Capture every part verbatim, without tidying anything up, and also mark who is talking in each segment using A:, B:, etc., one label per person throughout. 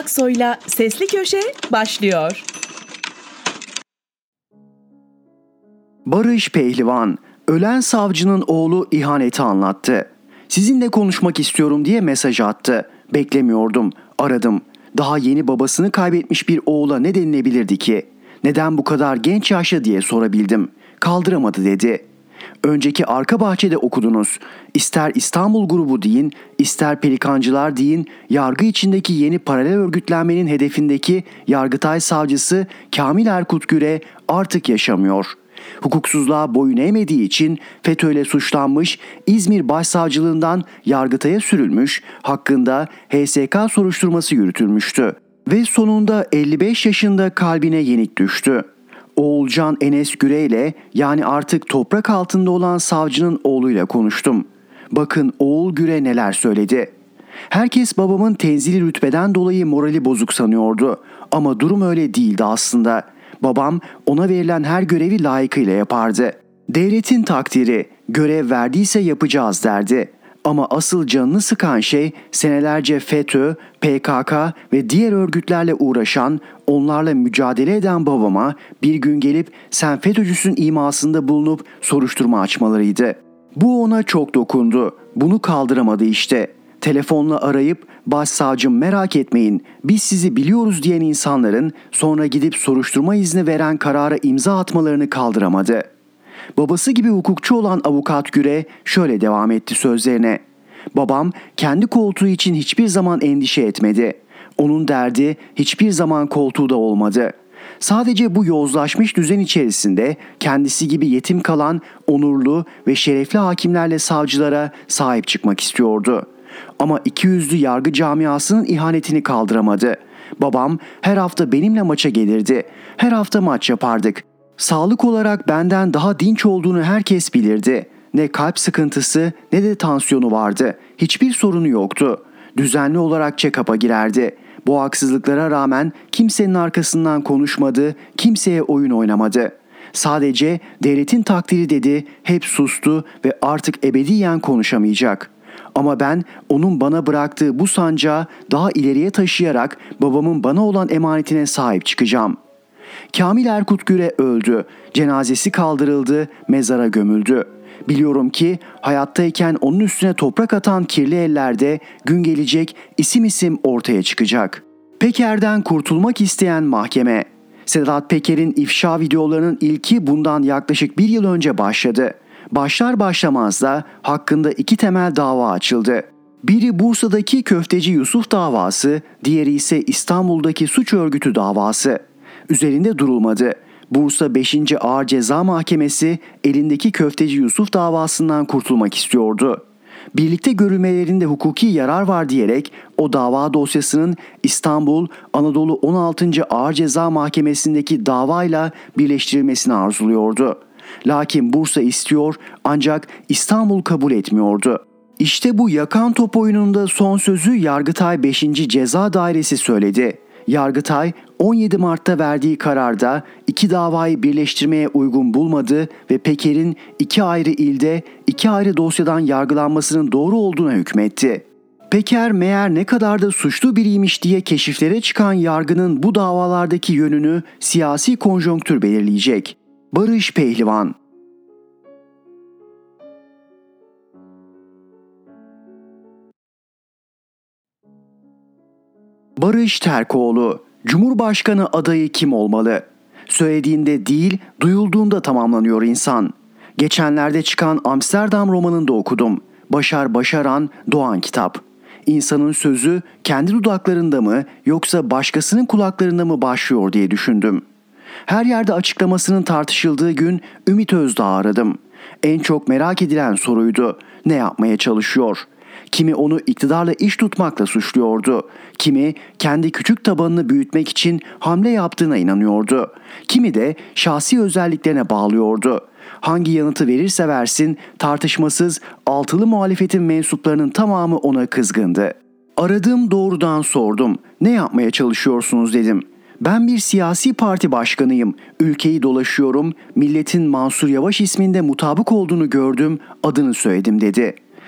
A: Aksoy'la Sesli Köşe başlıyor.
B: Barış Pehlivan, ölen savcının oğlu ihaneti anlattı. Sizinle konuşmak istiyorum diye mesaj attı. Beklemiyordum, aradım. Daha yeni babasını kaybetmiş bir oğula ne denilebilirdi ki? Neden bu kadar genç yaşta diye sorabildim. Kaldıramadı dedi. Önceki arka bahçede okudunuz. İster İstanbul grubu deyin, ister pelikancılar deyin, yargı içindeki yeni paralel örgütlenmenin hedefindeki Yargıtay savcısı Kamil Erkut Güre artık yaşamıyor. Hukuksuzluğa boyun eğmediği için FETÖ'yle suçlanmış, İzmir Başsavcılığından Yargıtay'a sürülmüş, hakkında H S K soruşturması yürütülmüştü. Ve sonunda elli beş yaşında kalbine yenik düştü. Oğulcan Enes Güre ile, yani artık toprak altında olan savcının oğluyla konuştum. Bakın oğul Güre neler söyledi. Herkes babamın tenzili rütbeden dolayı morali bozuk sanıyordu. Ama durum öyle değildi aslında. Babam ona verilen her görevi layıkıyla yapardı. Devletin takdiri, görev verdiyse yapacağız derdi. Ama asıl canını sıkan şey senelerce FETÖ, P K K ve diğer örgütlerle uğraşan, onlarla mücadele eden babama bir gün gelip sen FETÖ'cüsün imasında bulunup soruşturma açmalarıydı. Bu ona çok dokundu. Bunu kaldıramadı işte. Telefonla arayıp başsavcım merak etmeyin biz sizi biliyoruz diyen insanların sonra gidip soruşturma izni veren karara imza atmalarını kaldıramadı. Babası gibi hukukçu olan avukat Güre şöyle devam etti sözlerine. Babam kendi koltuğu için hiçbir zaman endişe etmedi. Onun derdi hiçbir zaman koltuğu da olmadı. Sadece bu yozlaşmış düzen içerisinde kendisi gibi yetim kalan onurlu ve şerefli hakimlerle savcılara sahip çıkmak istiyordu. Ama ikiyüzlü yargı camiasının ihanetini kaldıramadı. Babam her hafta benimle maça gelirdi. Her hafta maç yapardık. Sağlık olarak benden daha dinç olduğunu herkes bilirdi. Ne kalp sıkıntısı ne de tansiyonu vardı. Hiçbir sorunu yoktu. Düzenli olarak check-up'a girerdi. Bu haksızlıklara rağmen kimsenin arkasından konuşmadı, kimseye oyun oynamadı. Sadece devletin takdiri dedi, hep sustu ve artık ebediyen konuşamayacak. Ama ben onun bana bıraktığı bu sancağı daha ileriye taşıyarak babamın bana olan emanetine sahip çıkacağım. Kamil Erkut Güre öldü. Cenazesi kaldırıldı, mezara gömüldü. Biliyorum ki hayattayken onun üstüne toprak atan kirli ellerde gün gelecek isim isim ortaya çıkacak. Peker'den kurtulmak isteyen mahkeme. Sedat Peker'in ifşa videolarının ilki bundan yaklaşık bir yıl önce başladı. Başlar başlamaz da hakkında iki temel dava açıldı. Biri Bursa'daki köfteci Yusuf davası, diğeri ise İstanbul'daki suç örgütü davası. Üzerinde durulmadı. Bursa beşinci Ağır Ceza Mahkemesi elindeki köfteci Yusuf davasından kurtulmak istiyordu. Birlikte görülmelerinde hukuki yarar var diyerek o dava dosyasının İstanbul Anadolu on altıncı Ağır Ceza Mahkemesi'ndeki davayla birleştirilmesini arzuluyordu. Lakin Bursa istiyor ancak İstanbul kabul etmiyordu. İşte bu yakan top oyununda son sözü Yargıtay beşinci Ceza Dairesi söyledi. Yargıtay on yedi Mart'ta verdiği kararda iki davayı birleştirmeye uygun bulmadı ve Peker'in iki ayrı ilde iki ayrı dosyadan yargılanmasının doğru olduğuna hükmetti. Peker meğer ne kadar da suçlu biriymiş diye keşiflere çıkan yargının bu davalardaki yönünü siyasi konjonktür belirleyecek. Barış Pehlivan. Barış Terkoğlu, Cumhurbaşkanı adayı kim olmalı? Söylediğinde değil, duyulduğunda tamamlanıyor insan. Geçenlerde çıkan Amsterdam romanında okudum. Başar Başaran, Doğan kitap. İnsanın sözü kendi dudaklarında mı yoksa başkasının kulaklarında mı başlıyor diye düşündüm. Her yerde açıklamasının tartışıldığı gün Ümit Özdağ'ı aradım. En çok merak edilen soruydu. Ne yapmaya çalışıyor? Kimi onu iktidarla iş tutmakla suçluyordu. Kimi kendi küçük tabanını büyütmek için hamle yaptığına inanıyordu. Kimi de şahsi özelliklerine bağlıyordu. Hangi yanıtı verirse versin tartışmasız altılı muhalefetin mensuplarının tamamı ona kızgındı. Aradım, doğrudan sordum. Ne yapmaya çalışıyorsunuz dedim. Ben bir siyasi parti başkanıyım. Ülkeyi dolaşıyorum. Milletin Mansur Yavaş isminde mutabık olduğunu gördüm. Adını söyledim dedi.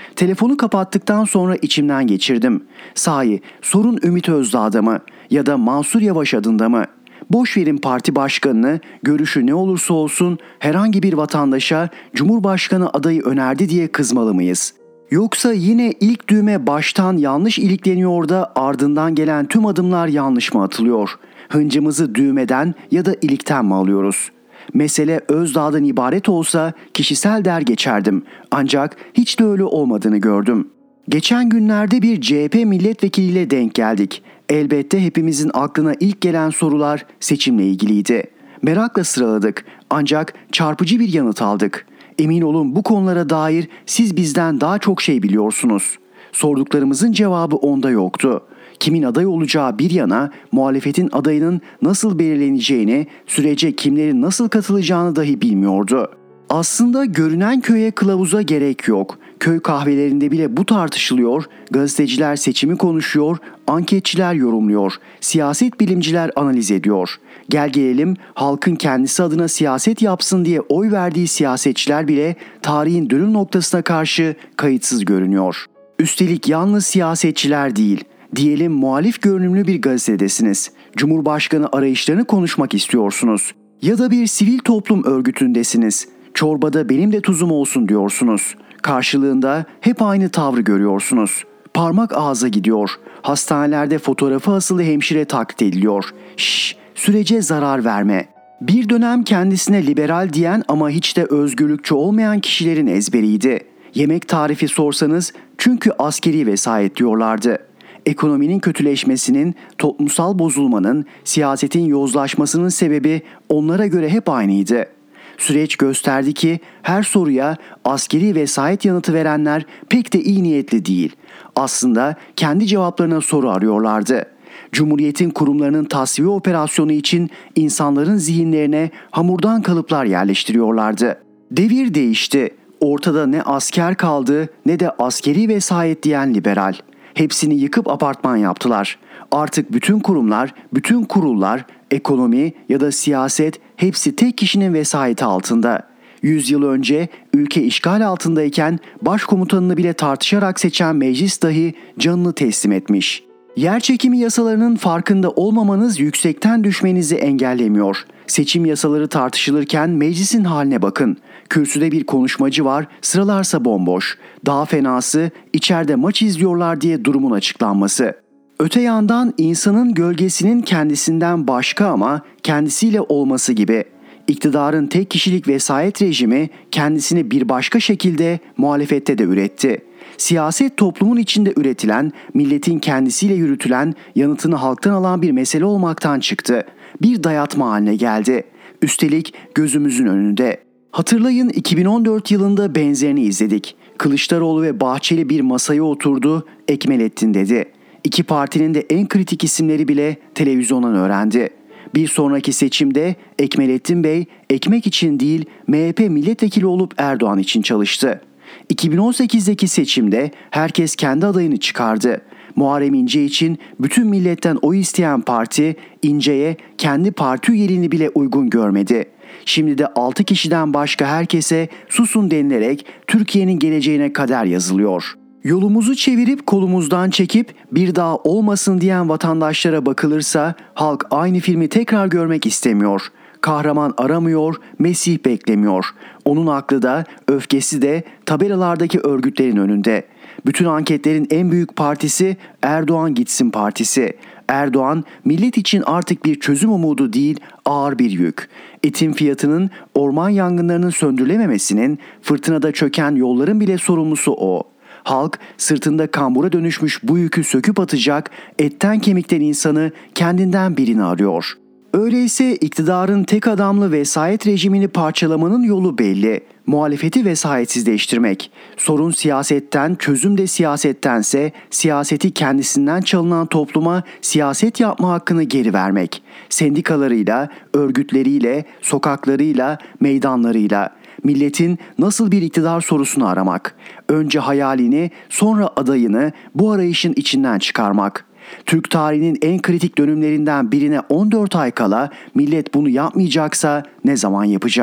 B: Telefonu kapattıktan sonra içimden geçirdim. Sahi sorun Ümit Özdağ'da mı ya da Mansur Yavaş adında mı? Boş verin parti başkanını, görüşü ne olursa olsun herhangi bir vatandaşa Cumhurbaşkanı adayı önerdi diye kızmalı mıyız? Yoksa yine ilk düğme baştan yanlış ilikleniyor da ardından gelen tüm adımlar yanlış mı atılıyor? Hıncımızı düğmeden ya da ilikten mi alıyoruz? Mesele Özdağ'dan ibaret olsa kişisel der geçerdim. Ancak hiç de öyle olmadığını gördüm. Geçen günlerde bir C H P milletvekiliyle denk geldik. Elbette hepimizin aklına ilk gelen sorular seçimle ilgiliydi. Merakla sıraladık ancak çarpıcı bir yanıt aldık. Emin olun bu konulara dair siz bizden daha çok şey biliyorsunuz. Sorduklarımızın cevabı onda yoktu. Kimin aday olacağı bir yana muhalefetin adayının nasıl belirleneceğini, sürece kimlerin nasıl katılacağını dahi bilmiyordu. Aslında görünen köye kılavuza gerek yok. Köy kahvelerinde bile bu tartışılıyor, gazeteciler seçimi konuşuyor, anketçiler yorumluyor, siyaset bilimciler analiz ediyor. Gel gelelim halkın kendisi adına siyaset yapsın diye oy verdiği siyasetçiler bile tarihin dönüm noktasına karşı kayıtsız görünüyor. Üstelik yalnız siyasetçiler değil, diyelim muhalif görünümlü bir gazetedesiniz. Cumhurbaşkanı arayışlarını konuşmak istiyorsunuz. Ya da bir sivil toplum örgütündesiniz. Çorbada benim de tuzum olsun diyorsunuz. Karşılığında hep aynı tavrı görüyorsunuz. Parmak ağza gidiyor. Hastanelerde fotoğrafı asılı hemşire taklit ediliyor. Şşş, sürece zarar verme. Bir dönem kendisine liberal diyen ama hiç de özgürlükçü olmayan kişilerin ezberiydi. Yemek tarifi sorsanız çünkü askeri vesayet diyorlardı. Ekonominin kötüleşmesinin, toplumsal bozulmanın, siyasetin yozlaşmasının sebebi onlara göre hep aynıydı. Süreç gösterdi ki her soruya askeri vesayet yanıtı verenler pek de iyi niyetli değil. Aslında kendi cevaplarına soru arıyorlardı. Cumhuriyetin kurumlarının tasfiye operasyonu için insanların zihinlerine hamurdan kalıplar yerleştiriyorlardı. Devir değişti. Ortada ne asker kaldı ne de askeri vesayet diyen liberal. Hepsini yıkıp apartman yaptılar. Artık bütün kurumlar, bütün kurullar, ekonomi ya da siyaset hepsi tek kişinin vesayeti altında. Yüz yıl önce ülke işgal altındayken başkomutanını bile tartışarak seçen meclis dahi canını teslim etmiş. Yerçekimi yasalarının farkında olmamanız yüksekten düşmenizi engellemiyor. Seçim yasaları tartışılırken meclisin haline bakın. Kürsüde bir konuşmacı var, sıralarsa bomboş. Daha fenası içeride maç izliyorlar diye durumun açıklanması. Öte yandan insanın gölgesinin kendisinden başka ama kendisiyle olması gibi. İktidarın tek kişilik vesayet rejimi kendisini bir başka şekilde muhalefette de üretti. Siyaset toplumun içinde üretilen, milletin kendisiyle yürütülen, yanıtını halktan alan bir mesele olmaktan çıktı. Bir dayatma haline geldi. Üstelik gözümüzün önünde. Hatırlayın iki bin on dört yılında benzerini izledik. Kılıçdaroğlu ve Bahçeli bir masaya oturdu, Ekmelettin dedi. İki partinin de en kritik isimleri bile televizyondan öğrendi. Bir sonraki seçimde Ekmelettin Bey ekmek için değil M H P milletvekili olup Erdoğan için çalıştı. iki bin on sekizdeki seçimde herkes kendi adayını çıkardı. Muharrem İnce için bütün milletten oy isteyen parti İnce'ye kendi parti üyeliğini bile uygun görmedi. Şimdi de altı kişiden başka herkese susun denilerek Türkiye'nin geleceğine kader yazılıyor. Yolumuzu çevirip kolumuzdan çekip bir daha olmasın diyen vatandaşlara bakılırsa halk aynı filmi tekrar görmek istemiyor. Kahraman aramıyor, Mesih beklemiyor. Onun aklı da, öfkesi de tabelalardaki örgütlerin önünde. Bütün anketlerin en büyük partisi Erdoğan gitsin partisi. Erdoğan millet için artık bir çözüm umudu değil, ağır bir yük. Etin fiyatının, orman yangınlarının söndürülememesinin, fırtınada çöken yolların bile sorumlusu o. Halk sırtında kambura dönüşmüş bu yükü söküp atacak, etten kemikten insanı kendinden birini arıyor. Öyleyse iktidarın tek adamlı vesayet rejimini parçalamanın yolu belli. Muhalefeti vesayetsizleştirmek. Sorun siyasetten, çözüm de siyasettense siyaseti kendisinden çalınan topluma siyaset yapma hakkını geri vermek. Sendikalarıyla, örgütleriyle, sokaklarıyla, meydanlarıyla. Milletin nasıl bir iktidar sorusunu aramak. Önce hayalini, sonra adayını bu arayışın içinden çıkarmak. Türk tarihinin en kritik dönümlerinden birine on dört ay kala millet bunu yapmayacaksa ne zaman yapacak?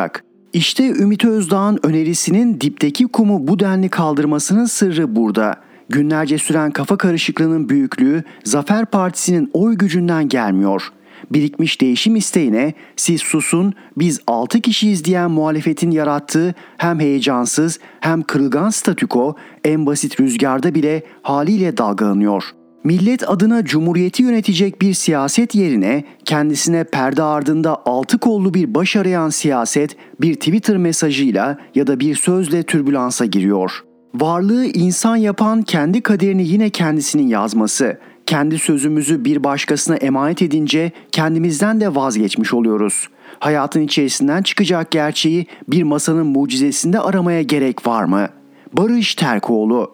B: İşte Ümit Özdağ'ın önerisinin dipteki kumu bu denli kaldırmasının sırrı burada. Günlerce süren kafa karışıklığının büyüklüğü Zafer Partisi'nin oy gücünden gelmiyor. Birikmiş değişim isteğine siz susun biz altı kişiyiz diyen muhalefetin yarattığı hem heyecansız hem kırılgan statüko en basit rüzgarda bile haliyle dalgalanıyor. Millet adına cumhuriyeti yönetecek bir siyaset yerine kendisine perde ardında altı kollu bir baş arayan siyaset bir Twitter mesajıyla ya da bir sözle türbülansa giriyor. Varlığı insan yapan kendi kaderini yine kendisinin yazması. Kendi sözümüzü bir başkasına emanet edince kendimizden de vazgeçmiş oluyoruz. Hayatın içerisinden çıkacak gerçeği bir masanın mucizesinde aramaya gerek var mı? Barış Terkoğlu.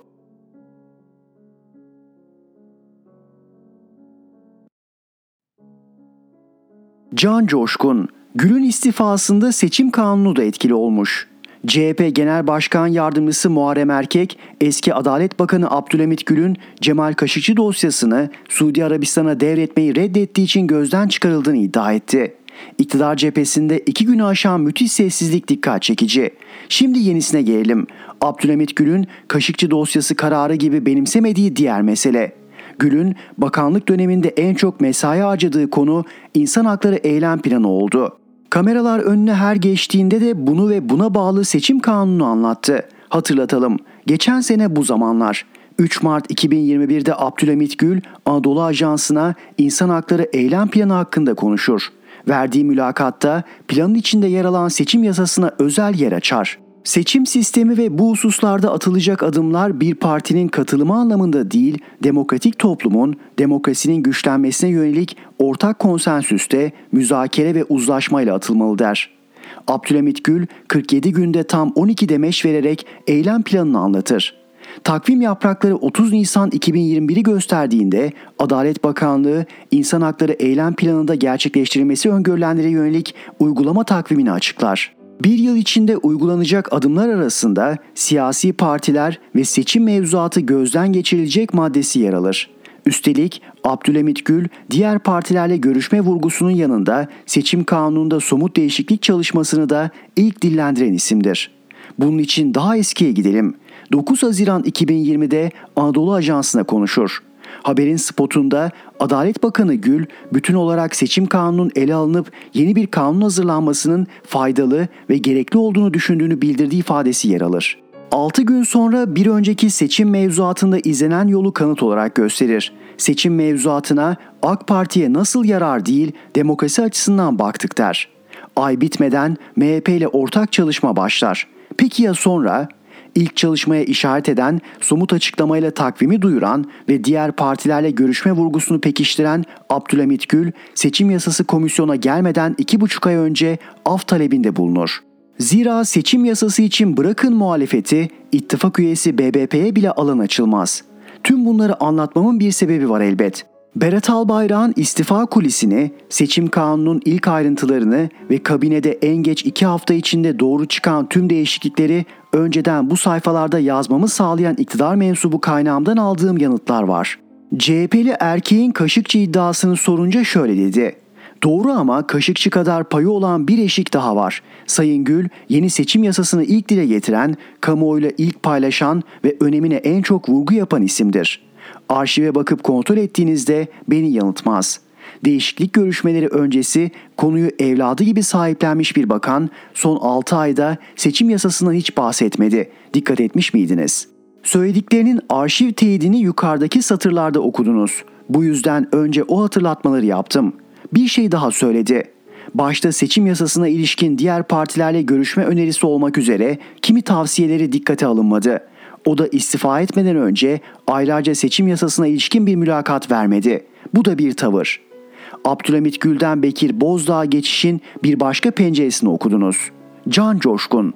B: Can Coşkun, Gül'ün istifasında seçim kanunu da etkili olmuş. C H P Genel Başkan Yardımcısı Muharrem Erkek, eski Adalet Bakanı Abdülhamit Gül'ün Cemal Kaşıkçı dosyasını Suudi Arabistan'a devretmeyi reddettiği için gözden çıkarıldığını iddia etti. İktidar cephesinde iki günü aşan müthiş sessizlik dikkat çekici. Şimdi yenisine gelelim. Abdülhamit Gül'ün Kaşıkçı dosyası kararı gibi benimsemediği diğer mesele. Gül'ün bakanlık döneminde en çok mesai harcadığı konu insan hakları eylem planı oldu. Kameralar önüne her geçtiğinde de bunu ve buna bağlı seçim kanununu anlattı. Hatırlatalım, geçen sene bu zamanlar üç Mart iki bin yirmi bir'de Abdülhamit Gül Anadolu Ajansı'na insan hakları eylem planı hakkında konuşur. Verdiği mülakatta planın içinde yer alan seçim yasasına özel yer açar. Seçim sistemi ve bu hususlarda atılacak adımlar bir partinin katılımı anlamında değil, demokratik toplumun, demokrasinin güçlenmesine yönelik ortak konsensüste, müzakere ve uzlaşmayla atılmalı der. Abdülhamit Gül kırk yedi günde tam on iki demeç vererek eylem planını anlatır. Takvim yaprakları otuz Nisan iki bin yirmi bir'i gösterdiğinde Adalet Bakanlığı insan hakları eylem planında gerçekleştirilmesi öngörülenlere yönelik uygulama takvimini açıklar. Bir yıl içinde uygulanacak adımlar arasında siyasi partiler ve seçim mevzuatı gözden geçirilecek maddesi yer alır. Üstelik Abdülhamit Gül diğer partilerle görüşme vurgusunun yanında seçim kanununda somut değişiklik çalışmasını da ilk dillendiren isimdir. Bunun için daha eskiye gidelim. dokuz Haziran iki bin yirmi'de Anadolu Ajansı'na konuşur. Haberin spotunda Adalet Bakanı Gül bütün olarak seçim kanunun ele alınıp yeni bir kanun hazırlanmasının faydalı ve gerekli olduğunu düşündüğünü bildirdiği ifadesi yer alır. altı gün sonra bir önceki seçim mevzuatında izlenen yolu kanıt olarak gösterir. Seçim mevzuatına AK Parti'ye nasıl yarar değil demokrasi açısından baktık der. Ay bitmeden M H P ile ortak çalışma başlar. Peki ya sonra? İlk çalışmaya işaret eden, somut açıklamayla takvimi duyuran ve diğer partilerle görüşme vurgusunu pekiştiren Abdülhamit Gül, seçim yasası komisyona gelmeden iki buçuk ay önce af talebinde bulunur. Zira seçim yasası için bırakın muhalefeti, ittifak üyesi B B P'ye bile alan açılmaz. Tüm bunları anlatmamın bir sebebi var elbet. Berat Albayrak'ın istifa kulisini, seçim kanunun ilk ayrıntılarını ve kabinede en geç iki hafta içinde doğru çıkan tüm değişiklikleri önceden bu sayfalarda yazmamı sağlayan iktidar mensubu kaynağımdan aldığım yanıtlar var. C H P'li erkeğin Kaşıkçı iddiasını sorunca şöyle dedi. Doğru ama Kaşıkçı kadar payı olan bir eşik daha var. Sayın Gül, yeni seçim yasasını ilk dile getiren, kamuoyuyla ilk paylaşan ve önemine en çok vurgu yapan isimdir. Arşive bakıp kontrol ettiğinizde beni yanıltmaz. Değişiklik görüşmeleri öncesi konuyu evladı gibi sahiplenmiş bir bakan son altı ayda seçim yasasından hiç bahsetmedi. Dikkat etmiş miydiniz? Söylediklerinin arşiv teyidini yukarıdaki satırlarda okudunuz. Bu yüzden önce o hatırlatmaları yaptım. Bir şey daha söyledi. Başta seçim yasasına ilişkin diğer partilerle görüşme önerisi olmak üzere kimi tavsiyeleri dikkate alınmadı. O da istifa etmeden önce aylarca seçim yasasına ilişkin bir mülakat vermedi. Bu da bir tavır. Abdülhamit Gül'den Bekir Bozdağ'a geçişin bir başka penceresini okudunuz. Can Coşkun.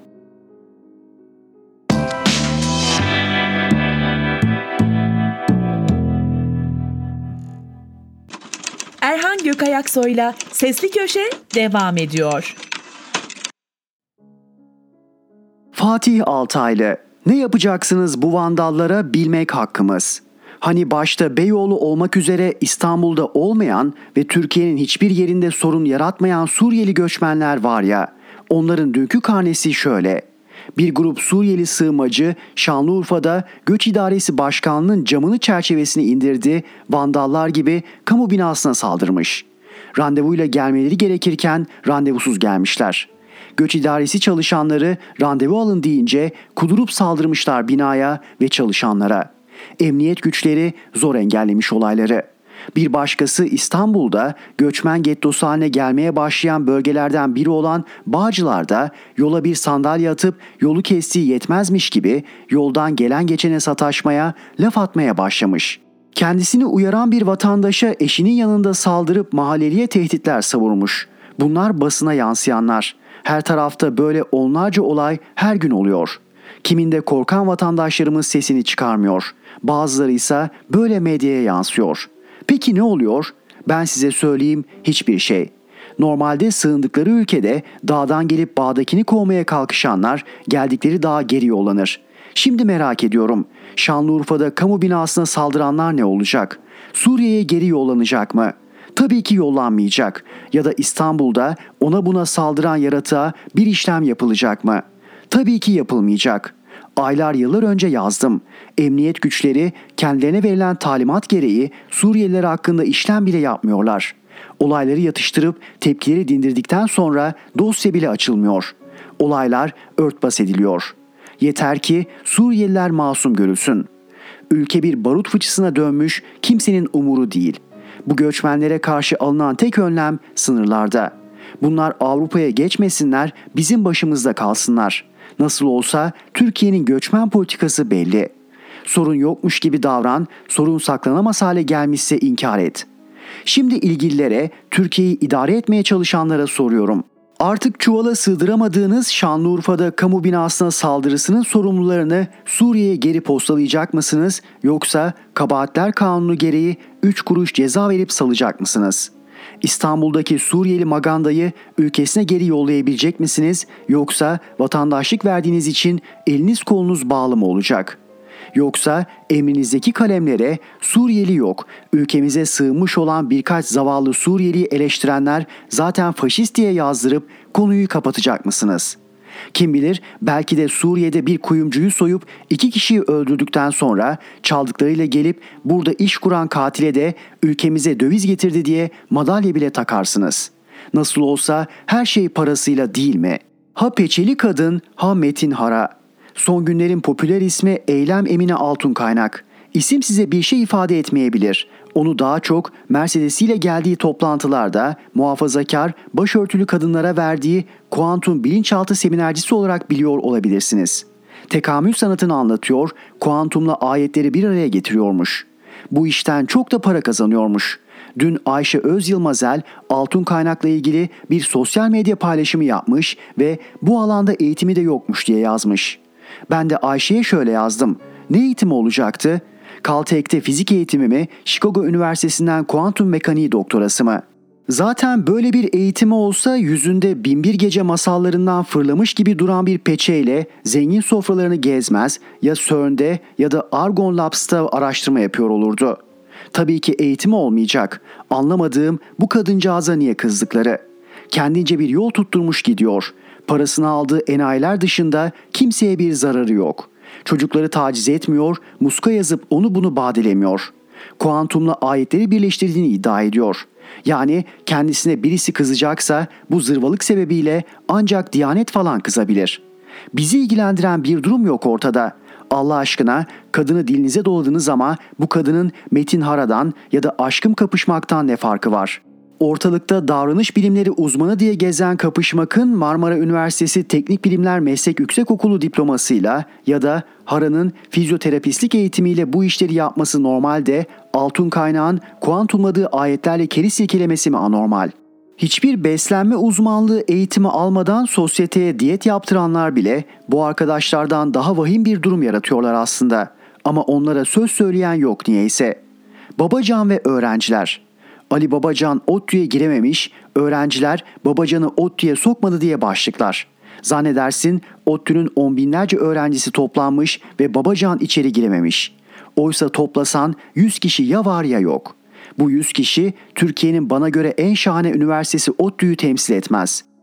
A: Erhan Gökayaksoy'la Sesli Köşe devam ediyor.
B: Fatih Altaylı. Ne yapacaksınız bu vandallara bilmek hakkımız. Hani başta Beyoğlu olmak üzere İstanbul'da olmayan ve Türkiye'nin hiçbir yerinde sorun yaratmayan Suriyeli göçmenler var ya, Onların dünkü karnesi şöyle. Bir grup Suriyeli sığınmacı Şanlıurfa'da Göç İdaresi Başkanlığı'nın camını çerçevesini indirdi, vandallar gibi kamu binasına saldırmış. Randevuyla gelmeleri gerekirken randevusuz gelmişler. Göç İdaresi çalışanları randevu alın deyince kudurup saldırmışlar binaya ve çalışanlara. Emniyet güçleri zor engellemiş olayları. Bir başkası İstanbul'da göçmen gettosu haline gelmeye başlayan bölgelerden biri olan Bağcılar'da yola bir sandalye atıp yolu kestiği yetmezmiş gibi yoldan gelen geçene sataşmaya, laf atmaya başlamış. Kendisini uyaran bir vatandaşa eşinin yanında saldırıp mahalleliye tehditler savurmuş. Bunlar basına yansıyanlar. Her tarafta böyle onlarca olay her gün oluyor. Kiminde korkan vatandaşlarımız sesini çıkarmıyor. Bazıları ise böyle medyaya yansıyor. Peki ne oluyor? Ben size söyleyeyim, hiçbir şey. Normalde sığındıkları ülkede dağdan gelip bağdakini kovmaya kalkışanlar geldikleri dağa geri yollanır. Şimdi merak ediyorum. Şanlıurfa'da kamu binasına saldıranlar ne olacak? Suriye'ye geri yollanacak mı? Tabii ki yollanmayacak. Ya da İstanbul'da ona buna saldıran yaratığa bir işlem yapılacak mı? Tabii ki yapılmayacak. Aylar yıllar önce yazdım. Emniyet güçleri kendilerine verilen talimat gereği Suriyeliler hakkında işlem bile yapmıyorlar. Olayları yatıştırıp tepkileri dindirdikten sonra dosya bile açılmıyor. Olaylar örtbas ediliyor. Yeter ki Suriyeliler masum görülsün. Ülke bir barut fıçısına dönmüş, kimsenin umuru değil. Bu göçmenlere karşı alınan tek önlem sınırlarda. Bunlar Avrupa'ya geçmesinler, bizim başımızda kalsınlar. Nasıl olsa Türkiye'nin göçmen politikası belli. Sorun yokmuş gibi davran, sorun saklanamaz hale gelmişse inkar et. Şimdi ilgililere, Türkiye'yi idare etmeye çalışanlara soruyorum. Artık çuvala sığdıramadığınız Şanlıurfa'da kamu binasına saldırısının sorumlularını Suriye'ye geri postalayacak mısınız, yoksa kabahatler kanunu gereği üç kuruş ceza verip salacak mısınız? İstanbul'daki Suriyeli magandayı ülkesine geri yollayabilecek misiniz, yoksa vatandaşlık verdiğiniz için eliniz kolunuz bağlı mı olacak? Yoksa emrinizdeki kalemlere Suriyeli yok, ülkemize sığınmış olan birkaç zavallı Suriyeli'yi eleştirenler zaten faşist diye yazdırıp konuyu kapatacak mısınız? Kim bilir, belki de Suriye'de bir kuyumcuyu soyup iki kişiyi öldürdükten sonra çaldıklarıyla gelip burada iş kuran katile de ülkemize döviz getirdi diye madalya bile takarsınız. Nasıl olsa her şey parasıyla değil mi? Ha peçeli kadın, ha Metin Hara. Son günlerin popüler ismi Eylem Emine Altunkaynak. İsim size bir şey ifade etmeyebilir. Onu daha çok Mercedes'iyle geldiği toplantılarda muhafazakar, başörtülü kadınlara verdiği kuantum bilinçaltı seminercisi olarak biliyor olabilirsiniz. Tekamül sanatını anlatıyor, kuantumla ayetleri bir araya getiriyormuş. Bu işten çok da para kazanıyormuş. Dün Ayşe Özyılmazel Altunkaynak'la ilgili bir sosyal medya paylaşımı yapmış ve bu alanda eğitimi de yokmuş diye yazmış. Ben de Ayşe'ye şöyle yazdım. Ne eğitimi olacaktı? Caltech'te fizik eğitimi mi, Chicago Üniversitesi'nden kuantum mekaniği doktorası mı? Zaten böyle bir eğitimi olsa yüzünde binbir gece masallarından fırlamış gibi duran bir peçeyle zengin sofralarını gezmez, ya CERN'de ya da Argon Labs'ta araştırma yapıyor olurdu. Tabii ki eğitimi olmayacak. Anlamadığım bu kadıncağıza niye kızdıkları. Kendince bir yol tutturmuş gidiyor. Parasını aldığı enayiler dışında kimseye bir zararı yok. Çocukları taciz etmiyor, muska yazıp onu bunu badelemiyor. Kuantumla ayetleri birleştirdiğini iddia ediyor. Yani kendisine birisi kızacaksa bu zırvalık sebebiyle ancak Diyanet falan kızabilir. Bizi ilgilendiren bir durum yok ortada. Allah aşkına kadını dilinize doladınız ama bu kadının Metin Hara'dan ya da aşkım kapışmaktan ne farkı var? Ortalıkta davranış bilimleri uzmanı diye gezen Kapışmak'ın Marmara Üniversitesi Teknik Bilimler Meslek Yüksekokulu diplomasıyla ya da Hara'nın fizyoterapistlik eğitimiyle bu işleri yapması normalde, Altunkaynak'ın kuantumladığı ayetlerle keri silkelemesi mi anormal? Hiçbir beslenme uzmanlığı eğitimi almadan sosyeteye diyet yaptıranlar bile bu arkadaşlardan daha vahim bir durum yaratıyorlar aslında. Ama onlara söz söyleyen yok niyeyse. Babacan ve öğrenciler. Ali Babacan ODTÜ'ye girememiş, öğrenciler Babacan'ı ODTÜ'ye sokmadı diye başlıklar. Zannedersin ODTÜ'nün on binlerce öğrencisi toplanmış ve Babacan içeri girememiş. Oysa toplasan yüz kişi ya var ya yok. Bu yüz kişi Türkiye'nin bana göre en şahane üniversitesi ODTÜ'yü temsil etmez.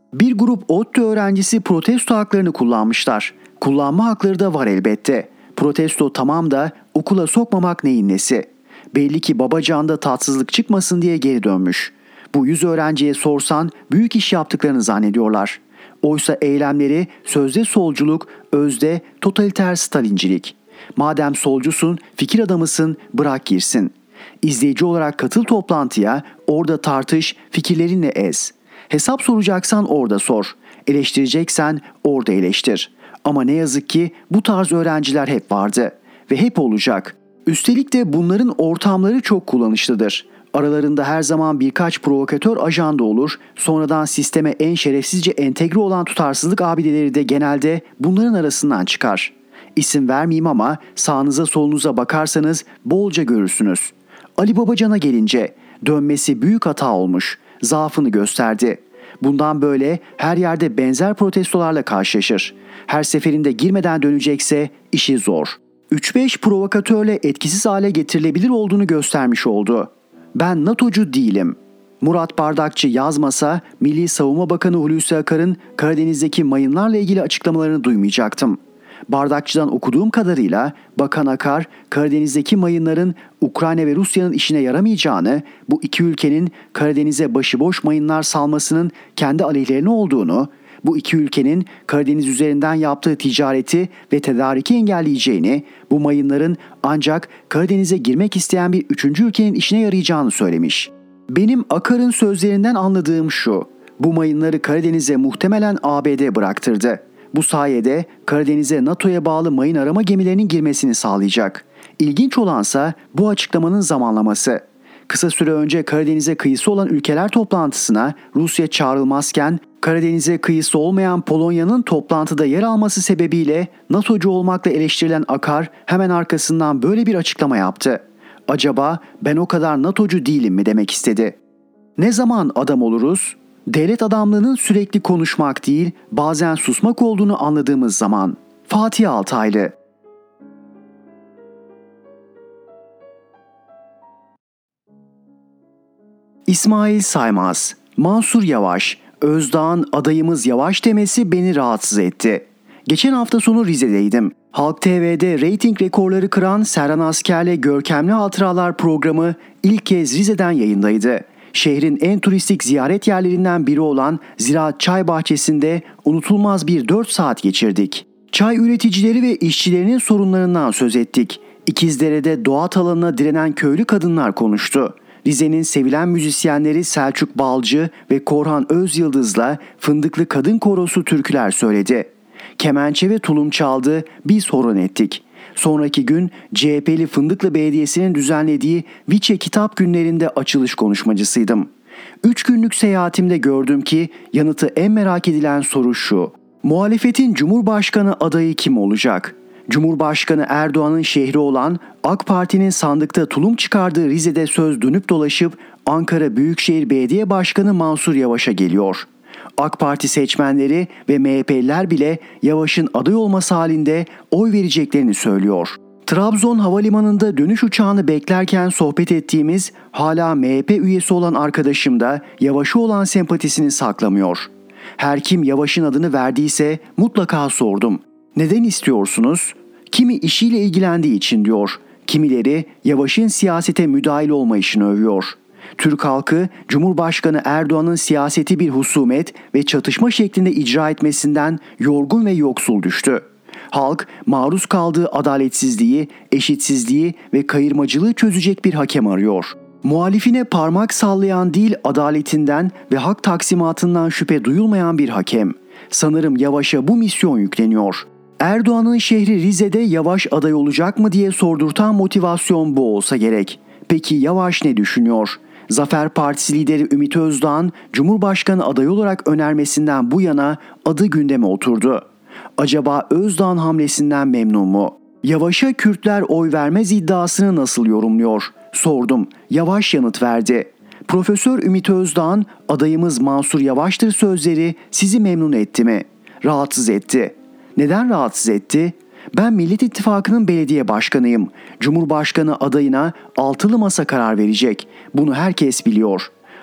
B: Bir grup ODTÜ öğrencisi protesto haklarını kullanmışlar. Kullanma hakları da var elbette. Protesto tamam da okula sokmamak neyin nesi? Belli ki Babacan'da tatsızlık çıkmasın diye geri dönmüş. Bu yüz öğrenciye sorsan büyük iş yaptıklarını zannediyorlar. Oysa eylemleri sözde solculuk, özde totaliter Stalincilik. Madem solcusun, fikir adamısın, bırak girsin. İzleyici olarak katıl toplantıya, orada tartış, fikirlerinle ez. Hesap soracaksan orada sor. Eleştireceksen orada eleştir. Ama ne yazık ki bu tarz öğrenciler hep vardı ve hep olacak. Üstelik de bunların ortamları çok kullanışlıdır. Aralarında her zaman birkaç provokatör ajanda olur, sonradan sisteme en şerefsizce entegre olan tutarsızlık abideleri de genelde bunların arasından çıkar. İsim vermeyeyim ama sağınıza solunuza bakarsanız bolca görürsünüz. Ali Babacan'a gelince dönmesi büyük hata olmuş, zaafını gösterdi. Bundan böyle her yerde benzer protestolarla karşılaşır. Her seferinde girmeden dönecekse işi zor. üç beş provokatörle etkisiz hale getirilebilir olduğunu göstermiş oldu. Ben NATO'cu değilim. Murat Bardakçı yazmasa Milli Savunma Bakanı Hulusi Akar'ın Karadeniz'deki mayınlarla ilgili açıklamalarını duymayacaktım. Bardakçı'dan okuduğum kadarıyla Bakan Akar, Karadeniz'deki mayınların Ukrayna ve Rusya'nın işine yaramayacağını, bu iki ülkenin Karadeniz'e başıboş mayınlar salmasının kendi aleyhlerine olduğunu, bu iki ülkenin Karadeniz üzerinden yaptığı ticareti ve tedariki engelleyeceğini, bu mayınların ancak Karadeniz'e girmek isteyen bir üçüncü ülkenin işine yarayacağını söylemiş. Benim Akar'ın sözlerinden anladığım şu, bu mayınları Karadeniz'e muhtemelen A B D bıraktırdı. Bu sayede Karadeniz'e NATO'ya bağlı mayın arama gemilerinin girmesini sağlayacak. İlginç olansa bu açıklamanın zamanlaması. Kısa süre önce Karadeniz'e kıyısı olan ülkeler toplantısına Rusya çağrılmazken Karadeniz'e kıyısı olmayan Polonya'nın toplantıda yer alması sebebiyle NATO'cu olmakla eleştirilen Akar hemen arkasından böyle bir açıklama yaptı. Acaba ben o kadar NATO'cu değilim mi demek istedi. Ne zaman adam oluruz? Devlet adamlığının sürekli konuşmak değil, bazen susmak olduğunu anladığımız zaman. Fatih Altaylı. İsmail Saymaz, Mansur Yavaş, Özdağ'ın adayımız Yavaş demesi beni rahatsız etti. Geçen hafta sonu Rize'deydim. Halk T V'de reyting rekorları kıran Serhan Asker'le Görkemli Hatıralar programı ilk kez Rize'den yayındaydı. Şehrin en turistik ziyaret yerlerinden biri olan Ziraat Çay Bahçesi'nde unutulmaz bir dört saat geçirdik. Çay üreticileri ve işçilerinin sorunlarından söz ettik. İkizdere'de doğa alanına direnen köylü kadınlar konuştu. Rize'nin sevilen müzisyenleri Selçuk Balcı ve Korhan Özyıldız'la Fındıklı Kadın Korosu türküler söyledi. Kemençe ve tulum çaldı, biz horon ettik. Sonraki gün C H P'li Fındıklı Belediyesi'nin düzenlediği Viçe Kitap Günlerinde açılış konuşmacısıydım. Üç günlük seyahatimde gördüm ki yanıtı en merak edilen soru şu: muhalefetin Cumhurbaşkanı adayı kim olacak? Cumhurbaşkanı Erdoğan'ın şehri olan AK Parti'nin sandıkta tulum çıkardığı Rize'de söz dönüp dolaşıp Ankara Büyükşehir Belediye Başkanı Mansur Yavaş'a geliyor. AK Parti seçmenleri ve M H P'liler bile Yavaş'ın aday olması halinde oy vereceklerini söylüyor. Trabzon Havalimanı'nda dönüş uçağını beklerken sohbet ettiğimiz hala M H P üyesi olan arkadaşım da Yavaş'a olan sempatisini saklamıyor. Her kim Yavaş'ın adını verdiyse mutlaka sordum. Neden istiyorsunuz? Kimi işiyle ilgilendiği için diyor. Kimileri Yavaş'ın siyasete müdahil olma işini övüyor. Türk halkı Cumhurbaşkanı Erdoğan'ın siyaseti bir husumet ve çatışma şeklinde icra etmesinden yorgun ve yoksul düştü. Halk maruz kaldığı adaletsizliği, eşitsizliği ve kayırmacılığı çözecek bir hakem arıyor. Muhalifine parmak sallayan değil, adaletinden ve hak taksimatından şüphe duyulmayan bir hakem. Sanırım Yavaş'a bu misyon yükleniyor. Erdoğan'ın şehri Rize'de Yavaş aday olacak mı diye sordurtan motivasyon bu olsa gerek. Peki Yavaş ne düşünüyor? Zafer Partisi lideri Ümit Özdağ'ın Cumhurbaşkanı adayı olarak önermesinden bu yana adı gündeme oturdu. Acaba Özdağ'ın hamlesinden memnun mu? Yavaş'a Kürtler oy vermez iddiasını nasıl yorumluyor? Sordum. Yavaş yanıt verdi. Profesör Ümit Özdağ'ın adayımız Mansur Yavaş'tır sözleri sizi memnun etti mi? Rahatsız etti. Neden rahatsız etti? Ben Millet İttifakı'nın belediye başkanıyım. Cumhurbaşkanı adayına altılı masa karar verecek. Bunu herkes biliyor.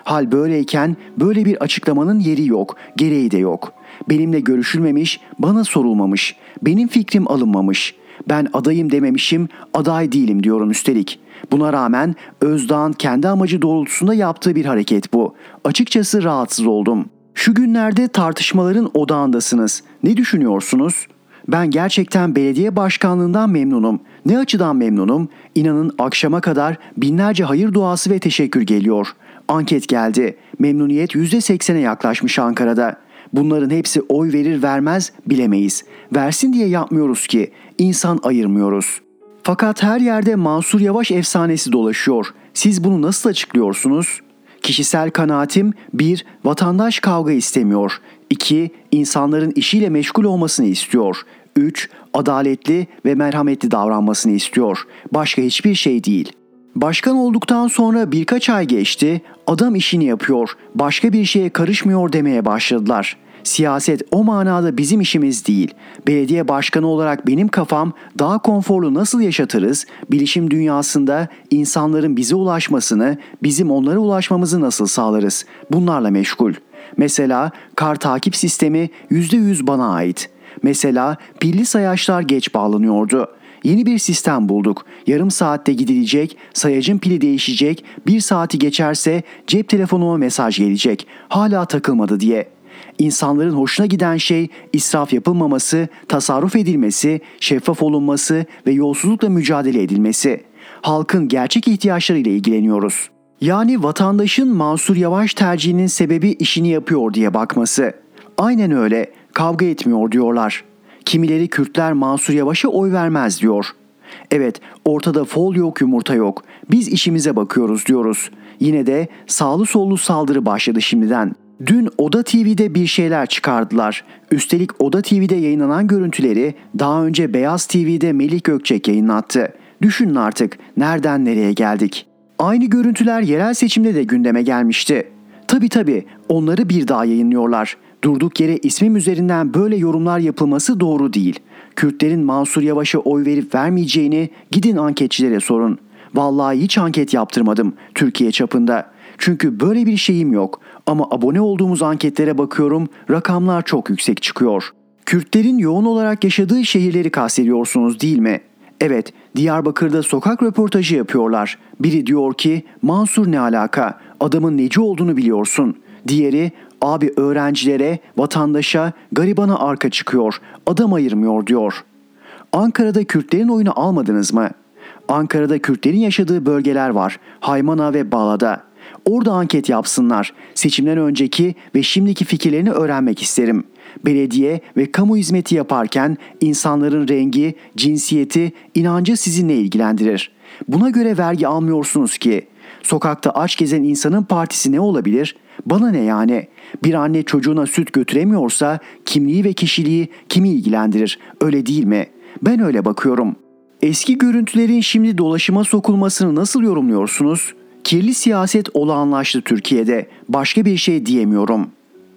B: Hal böyleyken böyle bir açıklamanın yeri yok, gereği de yok. Benimle görüşülmemiş, bana sorulmamış, benim fikrim alınmamış. Ben adayım dememişim, aday değilim diyorum üstelik. Buna rağmen Özdağ'ın kendi amacı doğrultusunda yaptığı bir hareket bu. Açıkçası rahatsız oldum. Şu günlerde tartışmaların odağındasınız. Ne düşünüyorsunuz? Ben gerçekten belediye başkanlığından memnunum. Ne açıdan memnunum? İnanın akşama kadar binlerce hayır duası ve teşekkür geliyor. Anket geldi. Memnuniyet yüzde seksene yaklaşmış Ankara'da. Bunların hepsi oy verir vermez bilemeyiz. Versin diye yapmıyoruz ki. İnsan ayırmıyoruz. Fakat her yerde Mansur Yavaş efsanesi dolaşıyor. Siz bunu nasıl açıklıyorsunuz? Kişisel kanaatim bir Vatandaş kavga istemiyor. iki insanların işiyle meşgul olmasını istiyor. üç Adaletli ve merhametli davranmasını istiyor. Başka hiçbir şey değil. Başkan olduktan sonra birkaç ay geçti, adam işini yapıyor, başka bir şeye karışmıyor demeye başladılar. Siyaset o manada bizim işimiz değil. Belediye başkanı olarak benim kafam daha konforlu nasıl yaşatırız, bilişim dünyasında insanların bize ulaşmasını, bizim onlara ulaşmamızı nasıl sağlarız? Bunlarla meşgul. Mesela kar takip sistemi yüzde yüz bana ait. Mesela pilli sayaçlar geç bağlanıyordu. Yeni bir sistem bulduk. Yarım saatte gidilecek, sayacın pili değişecek, bir saati geçerse cep telefonuma mesaj gelecek. Hala takılmadı diye. İnsanların hoşuna giden şey israf yapılmaması, tasarruf edilmesi, şeffaf olunması ve yolsuzlukla mücadele edilmesi. Halkın gerçek ihtiyaçlarıyla ilgileniyoruz. Yani vatandaşın Mansur Yavaş tercihinin sebebi işini yapıyor diye bakması. Aynen öyle, kavga etmiyor diyorlar. Kimileri Kürtler Mansur Yavaş'a oy vermez diyor. Evet, ortada fol yok, yumurta yok. Biz işimize bakıyoruz diyoruz. Yine de sağlı sollu saldırı başladı şimdiden. Dün Oda T V'de bir şeyler çıkardılar. Üstelik Oda T V'de yayınlanan görüntüleri daha önce Beyaz T V'de Melih Gökçek yayınlattı. Düşünün artık nereden nereye geldik. Aynı görüntüler yerel seçimde de gündeme gelmişti. Tabii tabii onları bir daha yayınlıyorlar. Durduk yere ismim üzerinden böyle yorumlar yapılması doğru değil. Kürtlerin Mansur Yavaş'a oy verip vermeyeceğini gidin anketçilere sorun. Vallahi hiç anket yaptırmadım Türkiye çapında. Çünkü böyle bir şeyim yok. Ama abone olduğumuz anketlere bakıyorum, rakamlar çok yüksek çıkıyor. Kürtlerin yoğun olarak yaşadığı şehirleri kastediyorsunuz değil mi? Evet, Diyarbakır'da sokak röportajı yapıyorlar. Biri diyor ki, Mansur ne alaka? Adamın neci olduğunu biliyorsun. Diğeri, abi öğrencilere, vatandaşa, garibana arka çıkıyor. Adam ayırmıyor diyor. Ankara'da Kürtlerin oyunu almadınız mı? Ankara'da Kürtlerin yaşadığı bölgeler var. Haymana ve Bala'da. Orada anket yapsınlar. Seçimden önceki ve şimdiki fikirlerini öğrenmek isterim. Belediye ve kamu hizmeti yaparken insanların rengi, cinsiyeti, inancı sizinle ilgilendirir. Buna göre vergi almıyorsunuz ki. Sokakta aç gezen insanın partisi ne olabilir? Bana ne yani? Bir anne çocuğuna süt götüremiyorsa kimliği ve kişiliği kimi ilgilendirir? Öyle değil mi? Ben öyle bakıyorum. Eski görüntülerin şimdi dolaşıma sokulmasını nasıl yorumluyorsunuz? Kirli siyaset olağanlaştı Türkiye'de. Başka bir şey diyemiyorum.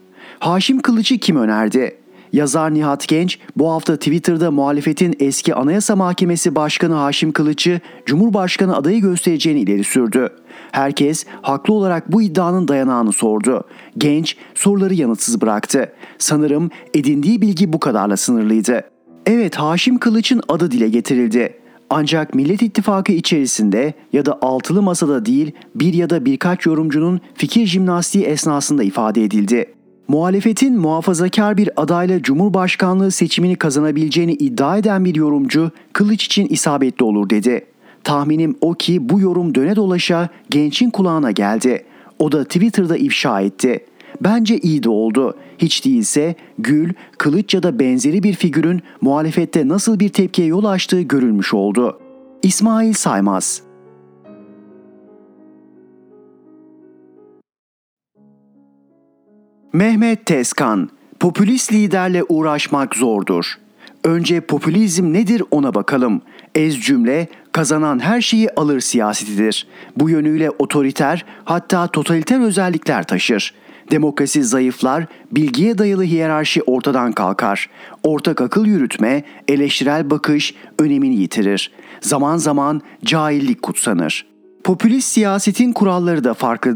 B: Haşim Kılıç'ı kim önerdi? Yazar Nihat Genç bu hafta Twitter'da muhalefetin eski Anayasa Mahkemesi Başkanı Haşim Kılıç'ı Cumhurbaşkanı adayı göstereceğini ileri sürdü. Herkes haklı olarak bu iddianın dayanağını sordu. Genç soruları yanıtsız bıraktı. Sanırım edindiği bilgi bu kadarla sınırlıydı. Evet, Haşim Kılıç'ın adı dile getirildi. Ancak Millet İttifakı içerisinde ya da altılı masada değil bir ya da birkaç yorumcunun fikir jimnastiği esnasında ifade edildi. Muhalefetin muhafazakar bir adayla Cumhurbaşkanlığı seçimini kazanabileceğini iddia eden bir yorumcu Kılıç için isabetli olur dedi. Tahminim o ki bu yorum döne dolaşa Genç'in kulağına geldi. O da Twitter'da ifşa etti. Bence iyi de oldu. Hiç değilse Gül, Kılıç ya da benzeri bir figürün muhalefette nasıl bir tepkiye yol açtığı görülmüş oldu. İsmail Saymaz. Mehmet Tezkan, popülist liderle uğraşmak zordur. Önce popülizm nedir ona bakalım. Ez cümle, kazanan her şeyi alır siyasetidir. Bu yönüyle otoriter, hatta totaliter özellikler taşır. Demokrasi zayıflar, bilgiye dayalı hiyerarşi ortadan kalkar. Ortak akıl yürütme, eleştirel bakış önemini yitirir. Zaman zaman cahillik kutsanır. Popülist siyasetin kuralları da farklıdır.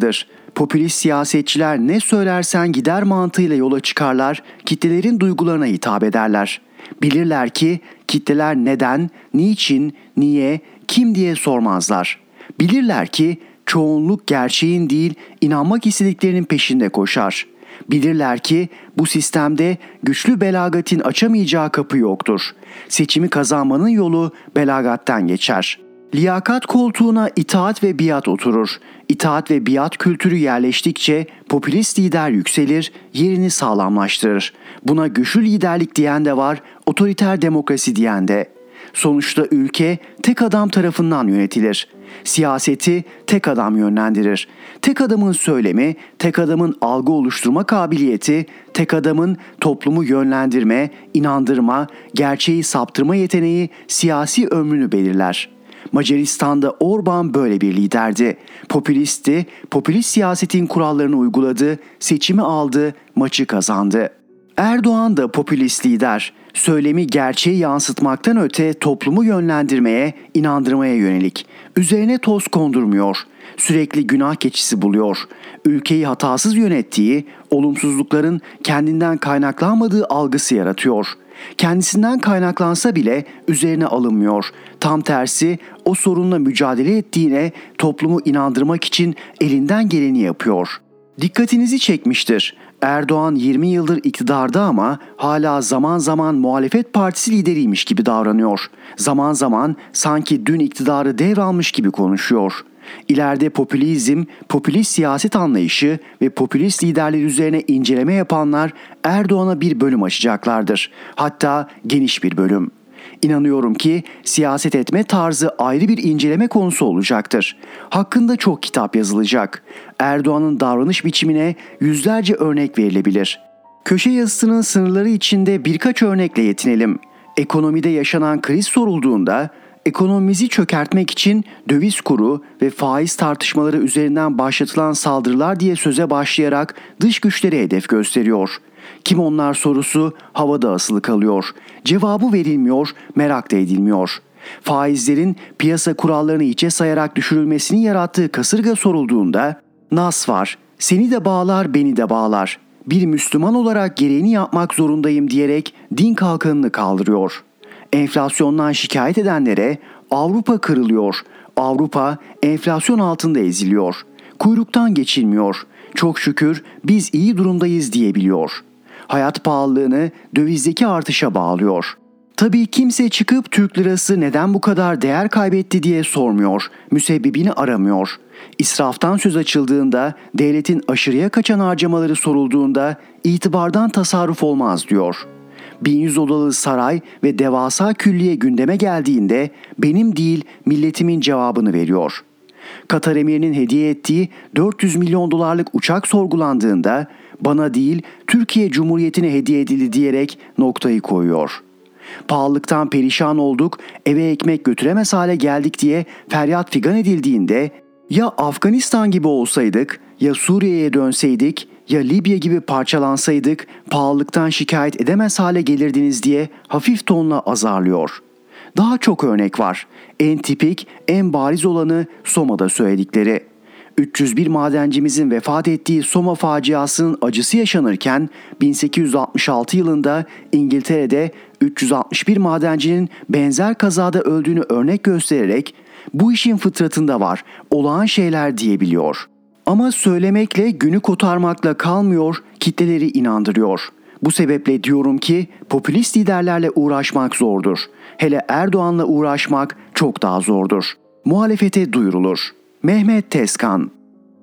B: popülist siyasetçiler ne söylersen gider mantığıyla yola çıkarlar, kitlelerin duygularına hitap ederler. Bilirler ki kitleler neden, niçin, niye, kim diye sormazlar. Bilirler ki çoğunluk gerçeğin değil, inanmak istediklerinin peşinde koşar. Bilirler ki bu sistemde güçlü belagatin açamayacağı kapı yoktur. Seçimi kazanmanın yolu belagattan geçer. Liyakat koltuğuna itaat ve biat oturur. İtaat ve biat kültürü yerleştikçe popülist lider yükselir, yerini sağlamlaştırır. Buna güçlü liderlik diyen de var, otoriter demokrasi diyen de. Sonuçta ülke tek adam tarafından yönetilir. Siyaseti tek adam yönlendirir. Tek adamın söylemi, tek adamın algı oluşturma kabiliyeti, tek adamın toplumu yönlendirme, inandırma, gerçeği saptırma yeteneği siyasi ömrünü belirler. Macaristan'da Orban böyle bir liderdi. Popülistti, popülist siyasetin kurallarını uyguladı, seçimi aldı, maçı kazandı. Erdoğan da popülist lider. Söylemi gerçeği yansıtmaktan öte toplumu yönlendirmeye, inandırmaya yönelik. Üzerine toz kondurmuyor. Sürekli günah keçisi buluyor. Ülkeyi hatasız yönettiği, olumsuzlukların kendinden kaynaklanmadığı algısı yaratıyor. Kendisinden kaynaklansa bile üzerine alınmıyor. Tam tersi o sorunla mücadele ettiğine toplumu inandırmak için elinden geleni yapıyor. Dikkatinizi çekmiştir. Erdoğan yirmi yıldır iktidarda ama hala zaman zaman muhalefet partisi lideriymiş gibi davranıyor. Zaman zaman sanki dün iktidarı devralmış gibi konuşuyor. İleride popülizm, popülist siyaset anlayışı ve popülist liderler üzerine inceleme yapanlar Erdoğan'a bir bölüm açacaklardır. Hatta geniş bir bölüm. İnanıyorum ki siyaset etme tarzı ayrı bir inceleme konusu olacaktır. Hakkında çok kitap yazılacak. Erdoğan'ın davranış biçimine yüzlerce örnek verilebilir. Köşe yazısının sınırları içinde birkaç örnekle yetinelim. Ekonomide yaşanan kriz sorulduğunda ekonomimizi çökertmek için döviz kuru ve faiz tartışmaları üzerinden başlatılan saldırılar diye söze başlayarak dış güçlere hedef gösteriyor. Kim onlar sorusu havada asılı kalıyor. Cevabı verilmiyor, merak da edilmiyor. Faizlerin piyasa kurallarını içe sayarak düşürülmesini yarattığı kasırga sorulduğunda nas var, seni de bağlar beni de bağlar. Bir Müslüman olarak gereğini yapmak zorundayım diyerek din kalkanını kaldırıyor. Enflasyondan şikayet edenlere Avrupa kırılıyor, Avrupa enflasyon altında eziliyor, kuyruktan geçilmiyor, çok şükür biz iyi durumdayız diyebiliyor. Hayat pahalılığını dövizdeki artışa bağlıyor. Tabii kimse çıkıp Türk lirası neden bu kadar değer kaybetti diye sormuyor, müsebbibini aramıyor. İsraftan söz açıldığında, devletin aşırıya kaçan harcamaları sorulduğunda itibardan tasarruf olmaz diyor. bin yüz odalı saray ve devasa külliye gündeme geldiğinde benim değil milletimin cevabını veriyor. Katar emirinin hediye ettiği dört yüz milyon dolarlık uçak sorgulandığında bana değil Türkiye Cumhuriyeti'ne hediye edildi diyerek noktayı koyuyor. Pahalılıktan perişan olduk, eve ekmek götüremez hale geldik diye feryat figan edildiğinde ya Afganistan gibi olsaydık, ya Suriye'ye dönseydik, ya Libya gibi parçalansaydık pahalılıktan şikayet edemez hale gelirdiniz diye hafif tonla azarlıyor. Daha çok örnek var. En tipik, en bariz olanı Soma'da söyledikleri. üç yüz bir madencimizin vefat ettiği Soma faciasının acısı yaşanırken bin sekiz yüz altmış altı yılında İngiltere'de üç yüz altmış bir madencinin benzer kazada öldüğünü örnek göstererek bu işin fıtratında var, olağan şeyler diyebiliyor. Ama söylemekle günü kotarmakla kalmıyor, kitleleri inandırıyor. Bu sebeple diyorum ki popülist liderlerle uğraşmak zordur. Hele Erdoğan'la uğraşmak çok daha zordur. Muhalefete duyurulur. Mehmet Tezkan.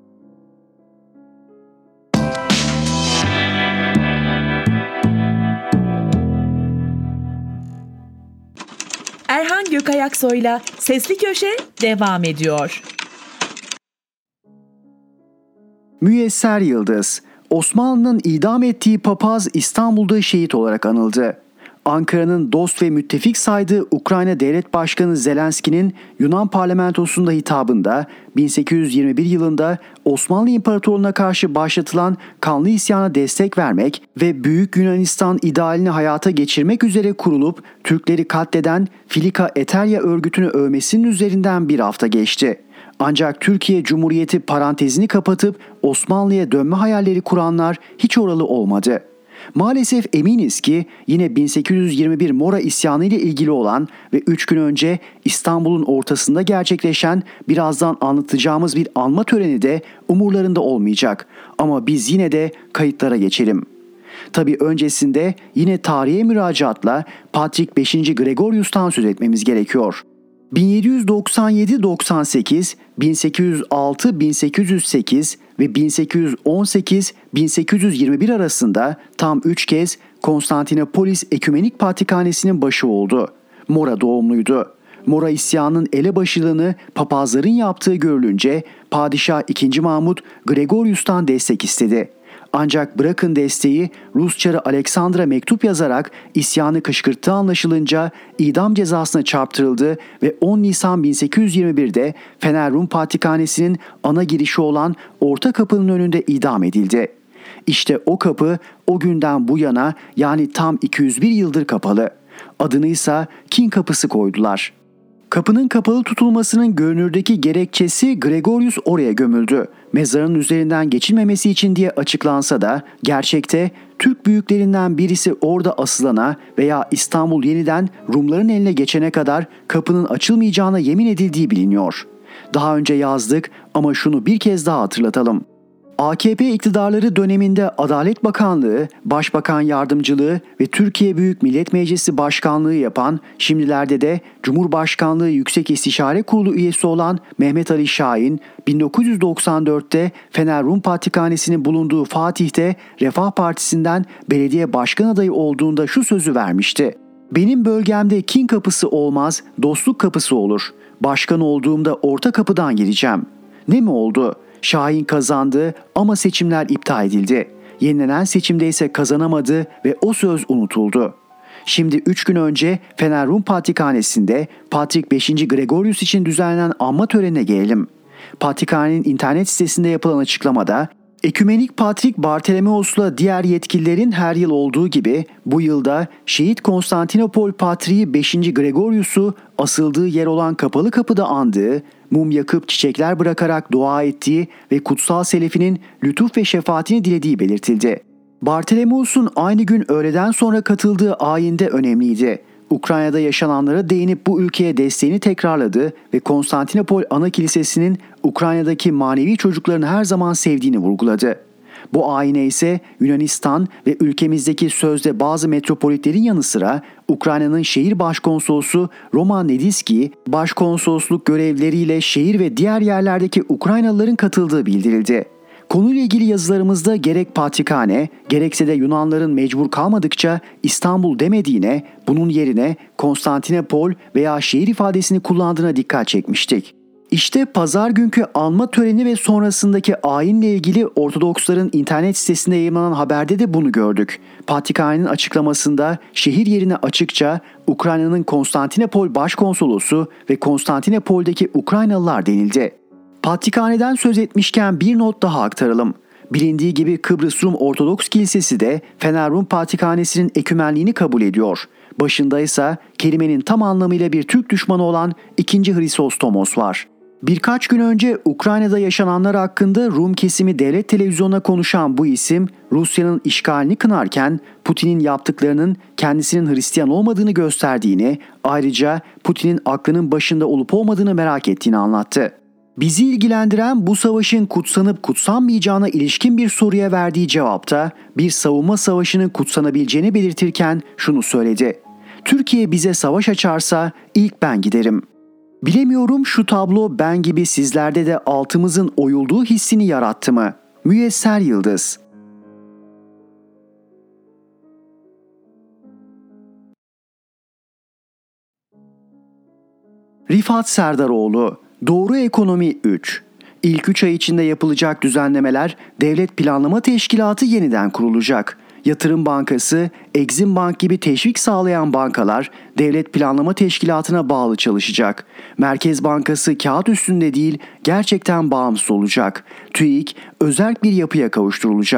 A: Erhan Gökayaksoy'la Sesli Köşe devam ediyor.
B: Müyesser Yıldız, Osmanlı'nın idam ettiği papaz İstanbul'da şehit olarak anıldı. Ankara'nın dost ve müttefik saydığı Ukrayna Devlet Başkanı Zelenski'nin Yunan parlamentosunda hitabında bin sekiz yüz yirmi bir yılında Osmanlı İmparatorluğu'na karşı başlatılan kanlı isyana destek vermek ve Büyük Yunanistan idealini hayata geçirmek üzere kurulup Türkleri katleden Filika Eterya örgütünü övmesinin üzerinden bir hafta geçti. Ancak Türkiye Cumhuriyeti parantezini kapatıp Osmanlı'ya dönme hayalleri kuranlar hiç oralı olmadı. Maalesef eminiz ki yine bin sekiz yüz yirmi bir Mora isyanı ile ilgili olan ve üç gün önce İstanbul'un ortasında gerçekleşen birazdan anlatacağımız bir anma töreni de umurlarında olmayacak. Ama biz yine de kayıtlara geçelim. Tabii öncesinde yine tarihe müracaatla Patrik beşinci Gregorius'tan söz etmemiz gerekiyor. bin yedi yüz doksan yedi doksan sekiz, bin sekiz yüz altı bin sekiz yüz sekiz ve bin sekiz yüz on sekiz bin sekiz yüz yirmi bir arasında tam üç kez Konstantinopolis Ekümenik Patrikhanesi'nin başı oldu. Mora doğumluydu. Mora isyanının elebaşılığını papazların yaptığı görülünce Padişah ikinci. Mahmut Gregorius'tan destek istedi. Ancak bırakın desteği, Rus çarı Aleksandr'a mektup yazarak isyanı kışkırttığı anlaşılınca idam cezasına çarptırıldı ve on Nisan bin sekiz yüz yirmi birde Fener Rum Patrikhanesi'nin ana girişi olan Orta Kapı'nın önünde idam edildi. İşte o kapı o günden bu yana yani tam iki yüz bir yıldır kapalı. Adını ise Kin Kapısı koydular. Kapının kapalı tutulmasının görünürdeki gerekçesi Gregorius oraya gömüldü. Mezarın üzerinden geçilmemesi için diye açıklansa da gerçekte Türk büyüklerinden birisi orada asılana veya İstanbul yeniden Rumların eline geçene kadar kapının açılmayacağına yemin edildiği biliniyor. Daha önce yazdık ama şunu bir kez daha hatırlatalım. A K P iktidarları döneminde Adalet Bakanlığı, Başbakan Yardımcılığı ve Türkiye Büyük Millet Meclisi Başkanlığı yapan, şimdilerde de Cumhurbaşkanlığı Yüksek İstişare Kurulu üyesi olan Mehmet Ali Şahin, bin dokuz yüz doksan dörtte Fener Rum Patrikhanesi'nin bulunduğu Fatih'te Refah Partisi'nden belediye başkan adayı olduğunda şu sözü vermişti. Benim bölgemde kin kapısı olmaz, dostluk kapısı olur. Başkan olduğumda orta kapıdan gireceğim. Ne mi oldu? Şahin kazandı ama seçimler iptal edildi. Yenilenen seçimde ise kazanamadı ve o söz unutuldu. Şimdi üç gün önce Fener Rum Patrikhanesi'nde Patrik beşinci Gregorius için düzenlenen anma törenine gelelim. Patrikhanenin internet sitesinde yapılan açıklamada Ekümenik Patrik Bartolomeos'la diğer yetkililerin her yıl olduğu gibi bu yılda şehit Konstantinopol Patriği beşinci Gregorius'u asıldığı yer olan Kapalı Kapı'da andığı, mum yakıp çiçekler bırakarak dua ettiği ve kutsal selefinin lütuf ve şefaatini dilediği belirtildi. Bartolomeos'un aynı gün öğleden sonra katıldığı ayin de önemliydi. Ukrayna'da yaşananlara değinip bu ülkeye desteğini tekrarladı ve Konstantinopol Ana Kilisesi'nin Ukrayna'daki manevi çocuklarını her zaman sevdiğini vurguladı. Bu ayine ise Yunanistan ve ülkemizdeki sözde bazı metropolitlerin yanı sıra Ukrayna'nın şehir başkonsolosu Roman Nediski, başkonsolosluk görevleriyle şehir ve diğer yerlerdeki Ukraynalıların katıldığı bildirildi. Konuyla ilgili yazılarımızda gerek Patrikhane, gerekse de Yunanların mecbur kalmadıkça İstanbul demediğine, bunun yerine Konstantinopol veya şehir ifadesini kullandığına dikkat çekmiştik. İşte pazar günkü anma töreni ve sonrasındaki ayinle ilgili Ortodoksların internet sitesinde yayınlanan haberde de bunu gördük. Patrikhane'nin açıklamasında şehir yerine açıkça Ukrayna'nın Konstantinopol Başkonsolosu ve Konstantinopol'deki Ukraynalılar denildi. Patrikhane'den söz etmişken bir not daha aktaralım. Bilindiği gibi Kıbrıs Rum Ortodoks Kilisesi de Fener Rum Patrikhanesi'nin ekümenliğini kabul ediyor. Başında ise kelimenin tam anlamıyla bir Türk düşmanı olan ikinci. Hristostomos var. Birkaç gün önce Ukrayna'da yaşananlar hakkında Rum kesimi devlet televizyonuna konuşan bu isim Rusya'nın işgalini kınarken Putin'in yaptıklarının kendisinin Hristiyan olmadığını gösterdiğini, ayrıca Putin'in aklının başında olup olmadığını merak ettiğini anlattı. Bizi ilgilendiren bu savaşın kutsanıp kutsanmayacağına ilişkin bir soruya verdiği cevapta bir savunma savaşının kutsanabileceğini belirtirken şunu söyledi. Türkiye bize savaş açarsa ilk ben giderim. Bilemiyorum şu tablo ben gibi sizlerde de altımızın oyulduğu hissini yarattı mı? Müyesser Yıldız. Rifat Serdaroğlu, Doğru Ekonomi üç. İlk üç ay içinde yapılacak düzenlemeler, Devlet Planlama Teşkilatı yeniden kurulacak. Yatırım Bankası, Exim Bank gibi teşvik sağlayan bankalar Devlet Planlama Teşkilatı'na bağlı çalışacak. Merkez Bankası kağıt üstünde değil, gerçekten bağımsız olacak. TÜİK özerk bir yapıya kavuşturulacak.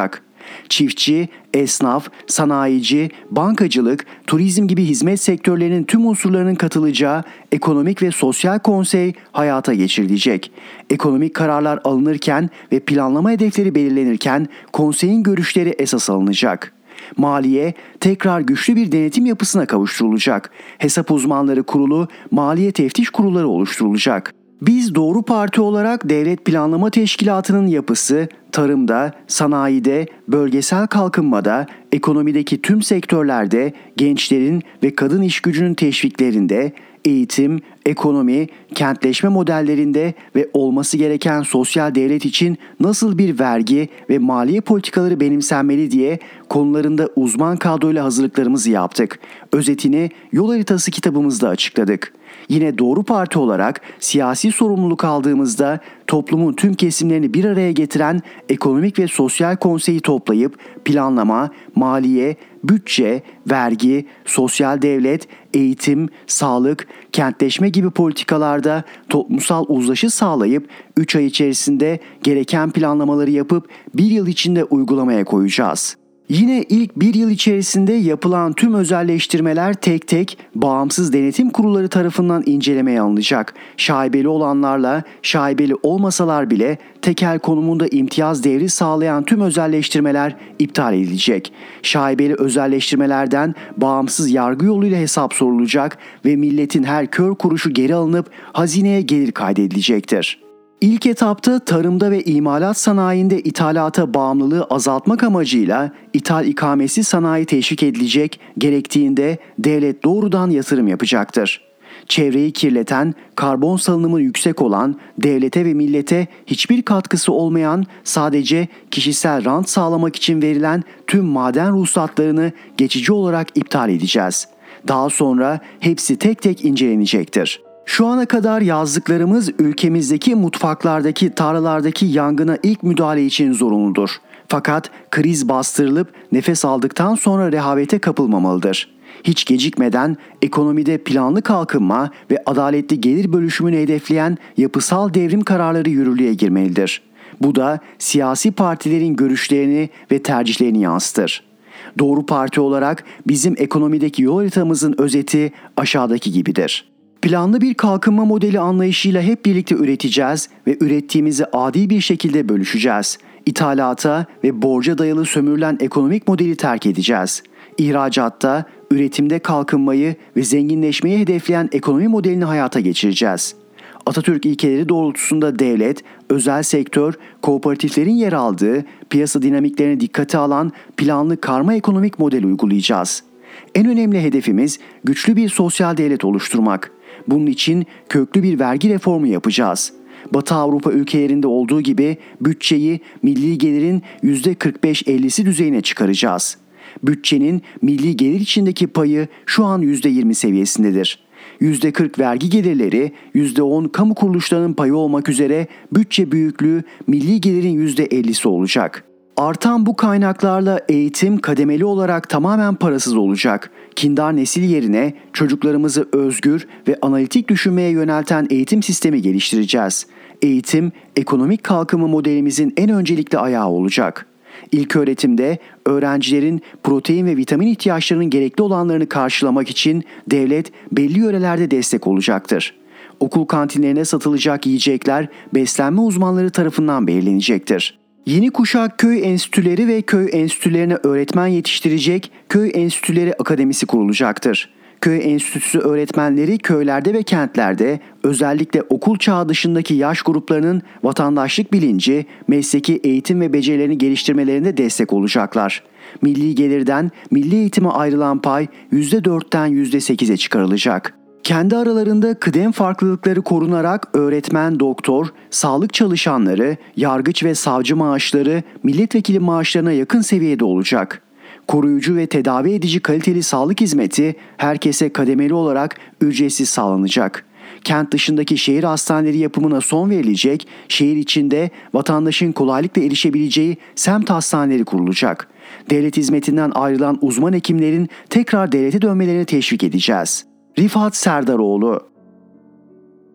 B: Çiftçi, esnaf, sanayici, bankacılık, turizm gibi hizmet sektörlerinin tüm unsurlarının katılacağı ekonomik ve sosyal konsey hayata geçirilecek. Ekonomik kararlar alınırken ve planlama hedefleri belirlenirken konseyin görüşleri esas alınacak. Maliye tekrar güçlü bir denetim yapısına kavuşturulacak. Hesap uzmanları kurulu, maliye teftiş kurulları oluşturulacak. Biz Doğru Parti olarak Devlet Planlama Teşkilatı'nın yapısı, tarımda, sanayide, bölgesel kalkınmada, ekonomideki tüm sektörlerde, gençlerin ve kadın iş gücünün teşviklerinde, eğitim, ekonomi, kentleşme modellerinde ve olması gereken sosyal devlet için nasıl bir vergi ve maliye politikaları benimsenmeli diye konularında uzman kadroyla hazırlıklarımızı yaptık. Özetini yol haritası kitabımızda açıkladık. Yine Doğru Parti olarak siyasi sorumluluk aldığımızda toplumun tüm kesimlerini bir araya getiren ekonomik ve sosyal konseyi toplayıp planlama, maliye, bütçe, vergi, sosyal devlet, eğitim, sağlık, kentleşme gibi politikalarda toplumsal uzlaşı sağlayıp üç ay içerisinde gereken planlamaları yapıp bir yıl içinde uygulamaya koyacağız. Yine ilk bir yıl içerisinde yapılan tüm özelleştirmeler tek tek bağımsız denetim kurulları tarafından incelemeye alınacak. Şaibeli olanlarla şaibeli olmasalar bile tekel konumunda imtiyaz devri sağlayan tüm özelleştirmeler iptal edilecek. Şaibeli özelleştirmelerden bağımsız yargı yoluyla hesap sorulacak ve milletin her kör kuruşu geri alınıp hazineye gelir kaydedilecektir. İlk etapta tarımda ve imalat sanayinde ithalata bağımlılığı azaltmak amacıyla ithal ikamesi sanayi teşvik edilecek, gerektiğinde devlet doğrudan yatırım yapacaktır. Çevreyi kirleten, karbon salınımı yüksek olan, devlete ve millete hiçbir katkısı olmayan, sadece kişisel rant sağlamak için verilen tüm maden ruhsatlarını geçici olarak iptal edeceğiz. Daha sonra hepsi tek tek incelenecektir. Şu ana kadar yazdıklarımız ülkemizdeki mutfaklardaki, tarlalardaki yangına ilk müdahale için zorunludur. Fakat kriz bastırılıp nefes aldıktan sonra rehavete kapılmamalıdır. Hiç gecikmeden ekonomide planlı kalkınma ve adaletli gelir bölüşümünü hedefleyen yapısal devrim kararları yürürlüğe girmelidir. Bu da siyasi partilerin görüşlerini ve tercihlerini yansıtır. Doğru Parti olarak bizim ekonomideki yol haritamızın özeti aşağıdaki gibidir. Planlı bir kalkınma modeli anlayışıyla hep birlikte üreteceğiz ve ürettiğimizi adil bir şekilde bölüşeceğiz. İthalata ve borca dayalı sömürülen ekonomik modeli terk edeceğiz. İhracatta, üretimde kalkınmayı ve zenginleşmeyi hedefleyen ekonomi modelini hayata geçireceğiz. Atatürk ilkeleri doğrultusunda devlet, özel sektör, kooperatiflerin yer aldığı, piyasa dinamiklerini dikkate alan planlı karma ekonomik model uygulayacağız. En önemli hedefimiz güçlü bir sosyal devlet oluşturmak. Bunun için köklü bir vergi reformu yapacağız. Batı Avrupa ülkelerinde olduğu gibi bütçeyi milli gelirin yüzde kırk beş ellisi düzeyine çıkaracağız. Bütçenin milli gelir içindeki payı şu an yüzde yirmi seviyesindedir. yüzde kırk vergi gelirleri, yüzde on kamu kuruluşlarının payı olmak üzere bütçe büyüklüğü milli gelirin yüzde ellisi olacak. Artan bu kaynaklarla eğitim kademeli olarak tamamen parasız olacak. Kindar nesil yerine çocuklarımızı özgür ve analitik düşünmeye yönelten eğitim sistemi geliştireceğiz. Eğitim, ekonomik kalkınma modelimizin en öncelikli ayağı olacak. İlköğretimde öğrencilerin protein ve vitamin ihtiyaçlarının gerekli olanlarını karşılamak için devlet belli yörelerde destek olacaktır. Okul kantinlerine satılacak yiyecekler beslenme uzmanları tarafından belirlenecektir. Yeni kuşak köy enstitüleri ve köy enstitülerine öğretmen yetiştirecek köy enstitüleri akademisi kurulacaktır. Köy enstitüsü öğretmenleri köylerde ve kentlerde özellikle okul çağı dışındaki yaş gruplarının vatandaşlık bilinci, mesleki eğitim ve becerilerini geliştirmelerinde destek olacaklar. Milli gelirden milli eğitime ayrılan pay yüzde dörtten yüzde sekize çıkarılacak. Kendi aralarında kıdem farklılıkları korunarak öğretmen, doktor, sağlık çalışanları, yargıç ve savcı maaşları milletvekili maaşlarına yakın seviyede olacak. Koruyucu ve tedavi edici kaliteli sağlık hizmeti herkese kademeli olarak ücretsiz sağlanacak. Kent dışındaki şehir hastaneleri yapımına son verilecek, şehir içinde vatandaşın kolaylıkla erişebileceği semt hastaneleri kurulacak. Devlet hizmetinden ayrılan uzman hekimlerin tekrar devlete dönmelerini teşvik edeceğiz. Rifat Serdaroğlu.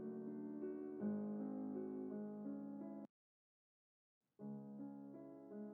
B: Türk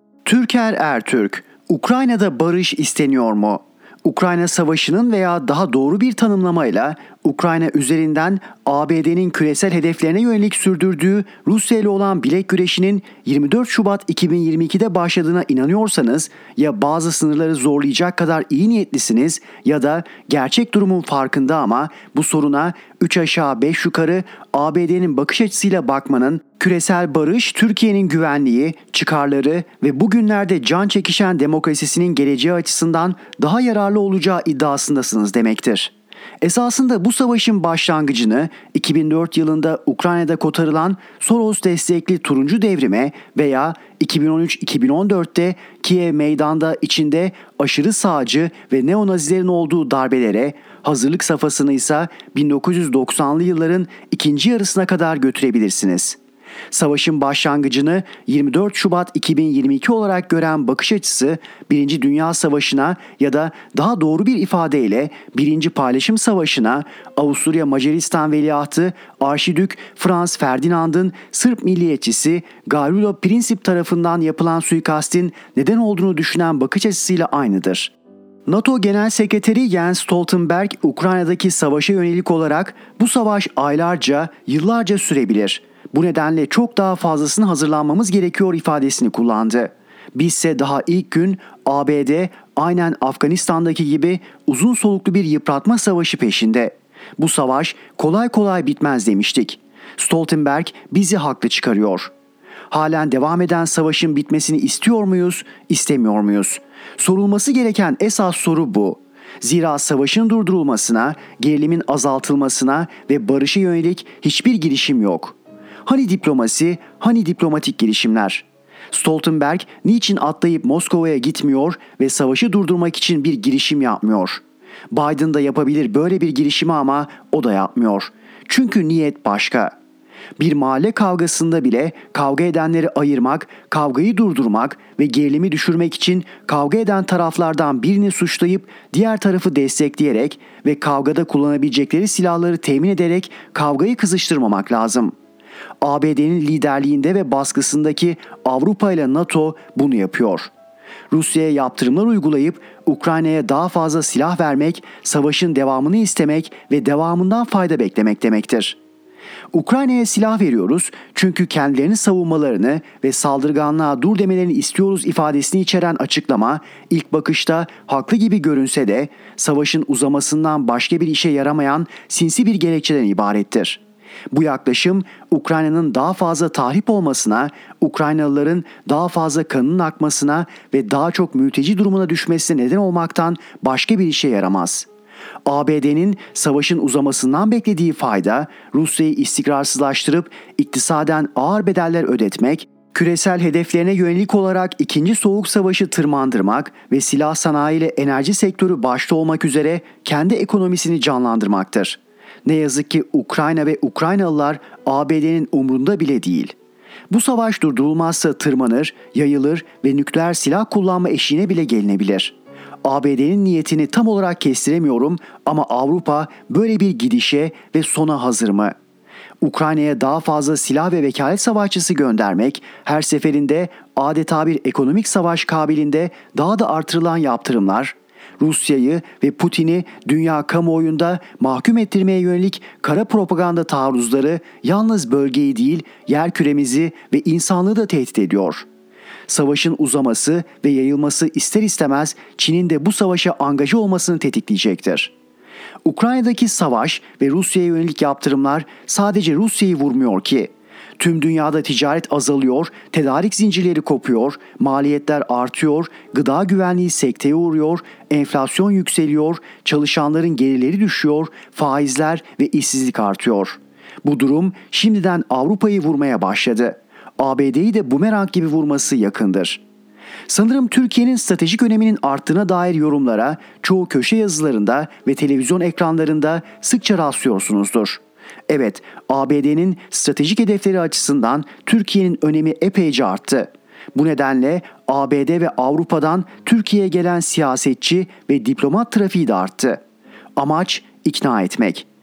B: Türker Ertürk, Ukrayna'da barış isteniyor mu? Ukrayna Savaşı'nın veya daha doğru bir tanımlamayla Ukrayna üzerinden A B D'nin küresel hedeflerine yönelik sürdürdüğü Rusya ile olan bilek güreşinin yirmi dört Şubat iki bin yirmi iki'de başladığına inanıyorsanız ya bazı sınırları zorlayacak kadar iyi niyetlisiniz ya da gerçek durumun farkında ama bu soruna üç aşağı beş yukarı A B D'nin bakış açısıyla bakmanın küresel barış, Türkiye'nin güvenliği, çıkarları ve bugünlerde can çekişen demokrasisinin geleceği açısından daha yararlı olacağı iddiasındasınız demektir. Esasında bu savaşın başlangıcını iki bin dört yılında Ukrayna'da kotarılan Soros destekli turuncu devrime veya iki bin on üç iki bin on dört'te Kiev meydanda içinde aşırı sağcı ve neonazilerin olduğu darbelere, hazırlık safhasını ise bin dokuz yüz doksanlı yılların ikinci yarısına kadar götürebilirsiniz. Savaşın başlangıcını yirmi dört Şubat iki bin yirmi iki olarak gören bakış açısı Birinci Dünya Savaşı'na ya da daha doğru bir ifadeyle Birinci Paylaşım Savaşı'na Avusturya Macaristan Veliahtı Arşidük Franz Ferdinand'ın Sırp milliyetçisi Gavrilo Princip tarafından yapılan suikastin neden olduğunu düşünen bakış açısıyla aynıdır. NATO Genel Sekreteri Jens Stoltenberg, Ukrayna'daki savaşa yönelik olarak bu savaş aylarca, yıllarca sürebilir. Bu nedenle çok daha fazlasını hazırlanmamız gerekiyor ifadesini kullandı. Bizse daha ilk gün A B D aynen Afganistan'daki gibi uzun soluklu bir yıpratma savaşı peşinde. Bu savaş kolay kolay bitmez demiştik. Stoltenberg bizi haklı çıkarıyor. Halen devam eden savaşın bitmesini istiyor muyuz, istemiyor muyuz? Sorulması gereken esas soru bu. Zira savaşın durdurulmasına, gerilimin azaltılmasına ve barışa yönelik hiçbir girişim yok. Hani diplomasi, hani diplomatik girişimler? Stoltenberg niçin atlayıp Moskova'ya gitmiyor ve savaşı durdurmak için bir girişim yapmıyor? Biden da yapabilir böyle bir girişimi ama o da yapmıyor. Çünkü niyet başka. Bir mahalle kavgasında bile kavga edenleri ayırmak, kavgayı durdurmak ve gerilimi düşürmek için kavga eden taraflardan birini suçlayıp diğer tarafı destekleyerek ve kavgada kullanabilecekleri silahları temin ederek kavgayı kızıştırmamak lazım. A B D'nin liderliğinde ve baskısındaki Avrupa ile NATO bunu yapıyor. Rusya'ya yaptırımlar uygulayıp Ukrayna'ya daha fazla silah vermek, savaşın devamını istemek ve devamından fayda beklemek demektir. Ukrayna'ya silah veriyoruz çünkü kendilerini savunmalarını ve saldırganlığa dur demelerini istiyoruz ifadesini içeren açıklama ilk bakışta haklı gibi görünse de savaşın uzamasından başka bir işe yaramayan sinsi bir gerekçeden ibarettir. Bu yaklaşım Ukrayna'nın daha fazla tahrip olmasına, Ukraynalıların daha fazla kanının akmasına ve daha çok mülteci durumuna düşmesine neden olmaktan başka bir işe yaramaz. A B D'nin savaşın uzamasından beklediği fayda, Rusya'yı istikrarsızlaştırıp iktisaden ağır bedeller ödetmek, küresel hedeflerine yönelik olarak ikinci Soğuk Savaşı tırmandırmak ve silah sanayi ile enerji sektörü başta olmak üzere kendi ekonomisini canlandırmaktır. Ne yazık ki Ukrayna ve Ukraynalılar A B D'nin umrunda bile değil. Bu savaş durdurulmazsa tırmanır, yayılır ve nükleer silah kullanma eşiğine bile gelinebilir. A B D'nin niyetini tam olarak kestiremiyorum ama Avrupa böyle bir gidişe ve sona hazır mı? Ukrayna'ya daha fazla silah ve vekalet savaşçısı göndermek, her seferinde adeta bir ekonomik savaş kabilinde daha da artırılan yaptırımlar, Rusya'yı ve Putin'i dünya kamuoyunda mahkum ettirmeye yönelik kara propaganda taarruzları yalnız bölgeyi değil, yerküremizi ve insanlığı da tehdit ediyor. Savaşın uzaması ve yayılması ister istemez Çin'in de bu savaşa angaje olmasını tetikleyecektir. Ukrayna'daki savaş ve Rusya'ya yönelik yaptırımlar sadece Rusya'yı vurmuyor ki. Tüm dünyada ticaret azalıyor, tedarik zincirleri kopuyor, maliyetler artıyor, gıda güvenliği sekteye uğruyor, enflasyon yükseliyor, çalışanların gelirleri düşüyor, faizler ve işsizlik artıyor. Bu durum şimdiden Avrupa'yı vurmaya başladı. A B D'yi de bumerang gibi vurması yakındır. Sanırım Türkiye'nin stratejik öneminin arttığına dair yorumlara çoğu köşe yazılarında ve televizyon ekranlarında sıkça rastlıyorsunuzdur. Evet, A B D'nin stratejik hedefleri açısından Türkiye'nin önemi epeyce arttı. Bu nedenle A B D ve Avrupa'dan Türkiye'ye gelen siyasetçi ve diplomat trafiği de arttı. Amaç ikna etmek.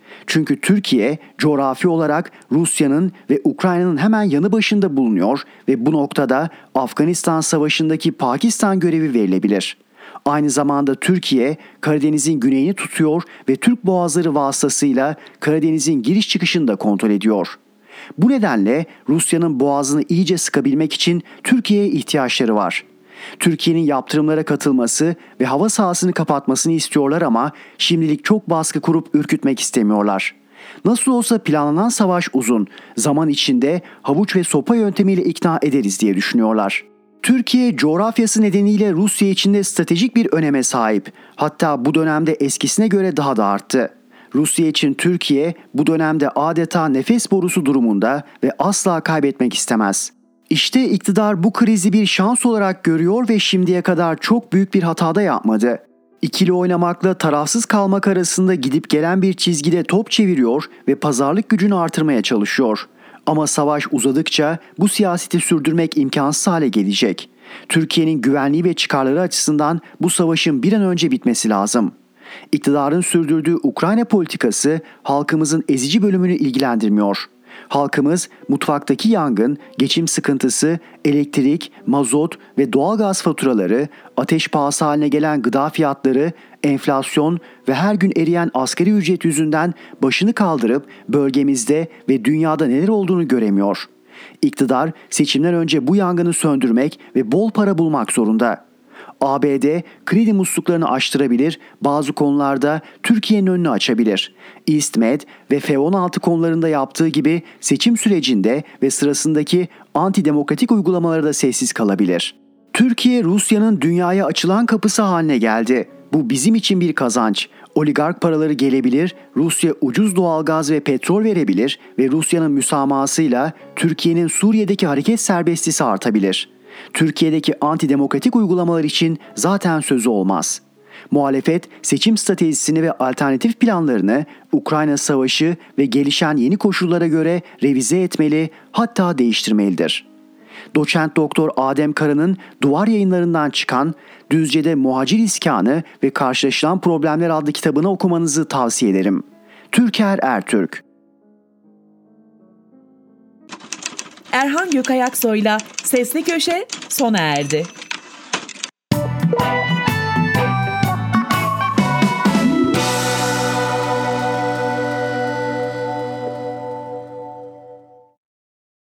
B: Çünkü Türkiye coğrafi olarak Rusya'nın ve Ukrayna'nın hemen yanı başında bulunuyor ve bu noktada Afganistan Savaşı'ndaki Pakistan görevi verilebilir. Aynı zamanda Türkiye Karadeniz'in güneyini tutuyor ve Türk boğazları vasıtasıyla Karadeniz'in giriş çıkışını da kontrol ediyor. Bu nedenle Rusya'nın boğazını iyice sıkabilmek için Türkiye'ye ihtiyaçları var. Türkiye'nin yaptırımlara katılması ve hava sahasını kapatmasını istiyorlar ama şimdilik çok baskı kurup ürkütmek istemiyorlar. Nasıl olsa planlanan savaş uzun, zaman içinde havuç ve sopa yöntemiyle ikna ederiz diye düşünüyorlar. Türkiye coğrafyası nedeniyle Rusya için de stratejik bir öneme sahip. Hatta bu dönemde eskisine göre daha da arttı. Rusya için Türkiye bu dönemde adeta nefes borusu durumunda ve asla kaybetmek istemez. İşte iktidar bu krizi bir şans olarak görüyor ve şimdiye kadar çok büyük bir hatada yapmadı. İkili oynamakla tarafsız kalmak arasında gidip gelen bir çizgide top çeviriyor ve pazarlık gücünü artırmaya çalışıyor. Ama savaş uzadıkça bu siyaseti sürdürmek imkansız hale gelecek. Türkiye'nin güvenliği ve çıkarları açısından bu savaşın bir an önce bitmesi lazım. İktidarın sürdürdüğü Ukrayna politikası halkımızın ezici bölümünü ilgilendirmiyor. Halkımız mutfaktaki yangın, geçim sıkıntısı, elektrik, mazot ve doğalgaz faturaları, ateş pahası haline gelen gıda fiyatları, enflasyon ve her gün eriyen asgari ücret yüzünden başını kaldırıp bölgemizde ve dünyada neler olduğunu göremiyor. İktidar seçimden önce bu yangını söndürmek ve bol para bulmak zorunda. A B D kredi musluklarını açtırabilir, bazı konularda Türkiye'nin önünü açabilir. İstmed ve F on altı konularında yaptığı gibi seçim sürecinde ve sırasındaki antidemokratik uygulamaları da sessiz kalabilir. Türkiye, Rusya'nın dünyaya açılan kapısı haline geldi. Bu bizim için bir kazanç. Oligark paraları gelebilir, Rusya ucuz doğalgaz ve petrol verebilir ve Rusya'nın müsamahasıyla Türkiye'nin Suriye'deki hareket serbestisi artabilir. Türkiye'deki antidemokratik uygulamalar için zaten sözü olmaz. Muhalefet seçim stratejisini ve alternatif planlarını Ukrayna Savaşı ve gelişen yeni koşullara göre revize etmeli, hatta değiştirmelidir. Doçent Doktor Adem Kara'nın Duvar Yayınlarından çıkan Düzce'de Muhacir İskanı ve Karşılaşılan Problemler adlı kitabını okumanızı tavsiye ederim. Türker Ertürk.
A: Erhan Gökayaksoy'la Sesli Köşe sona erdi.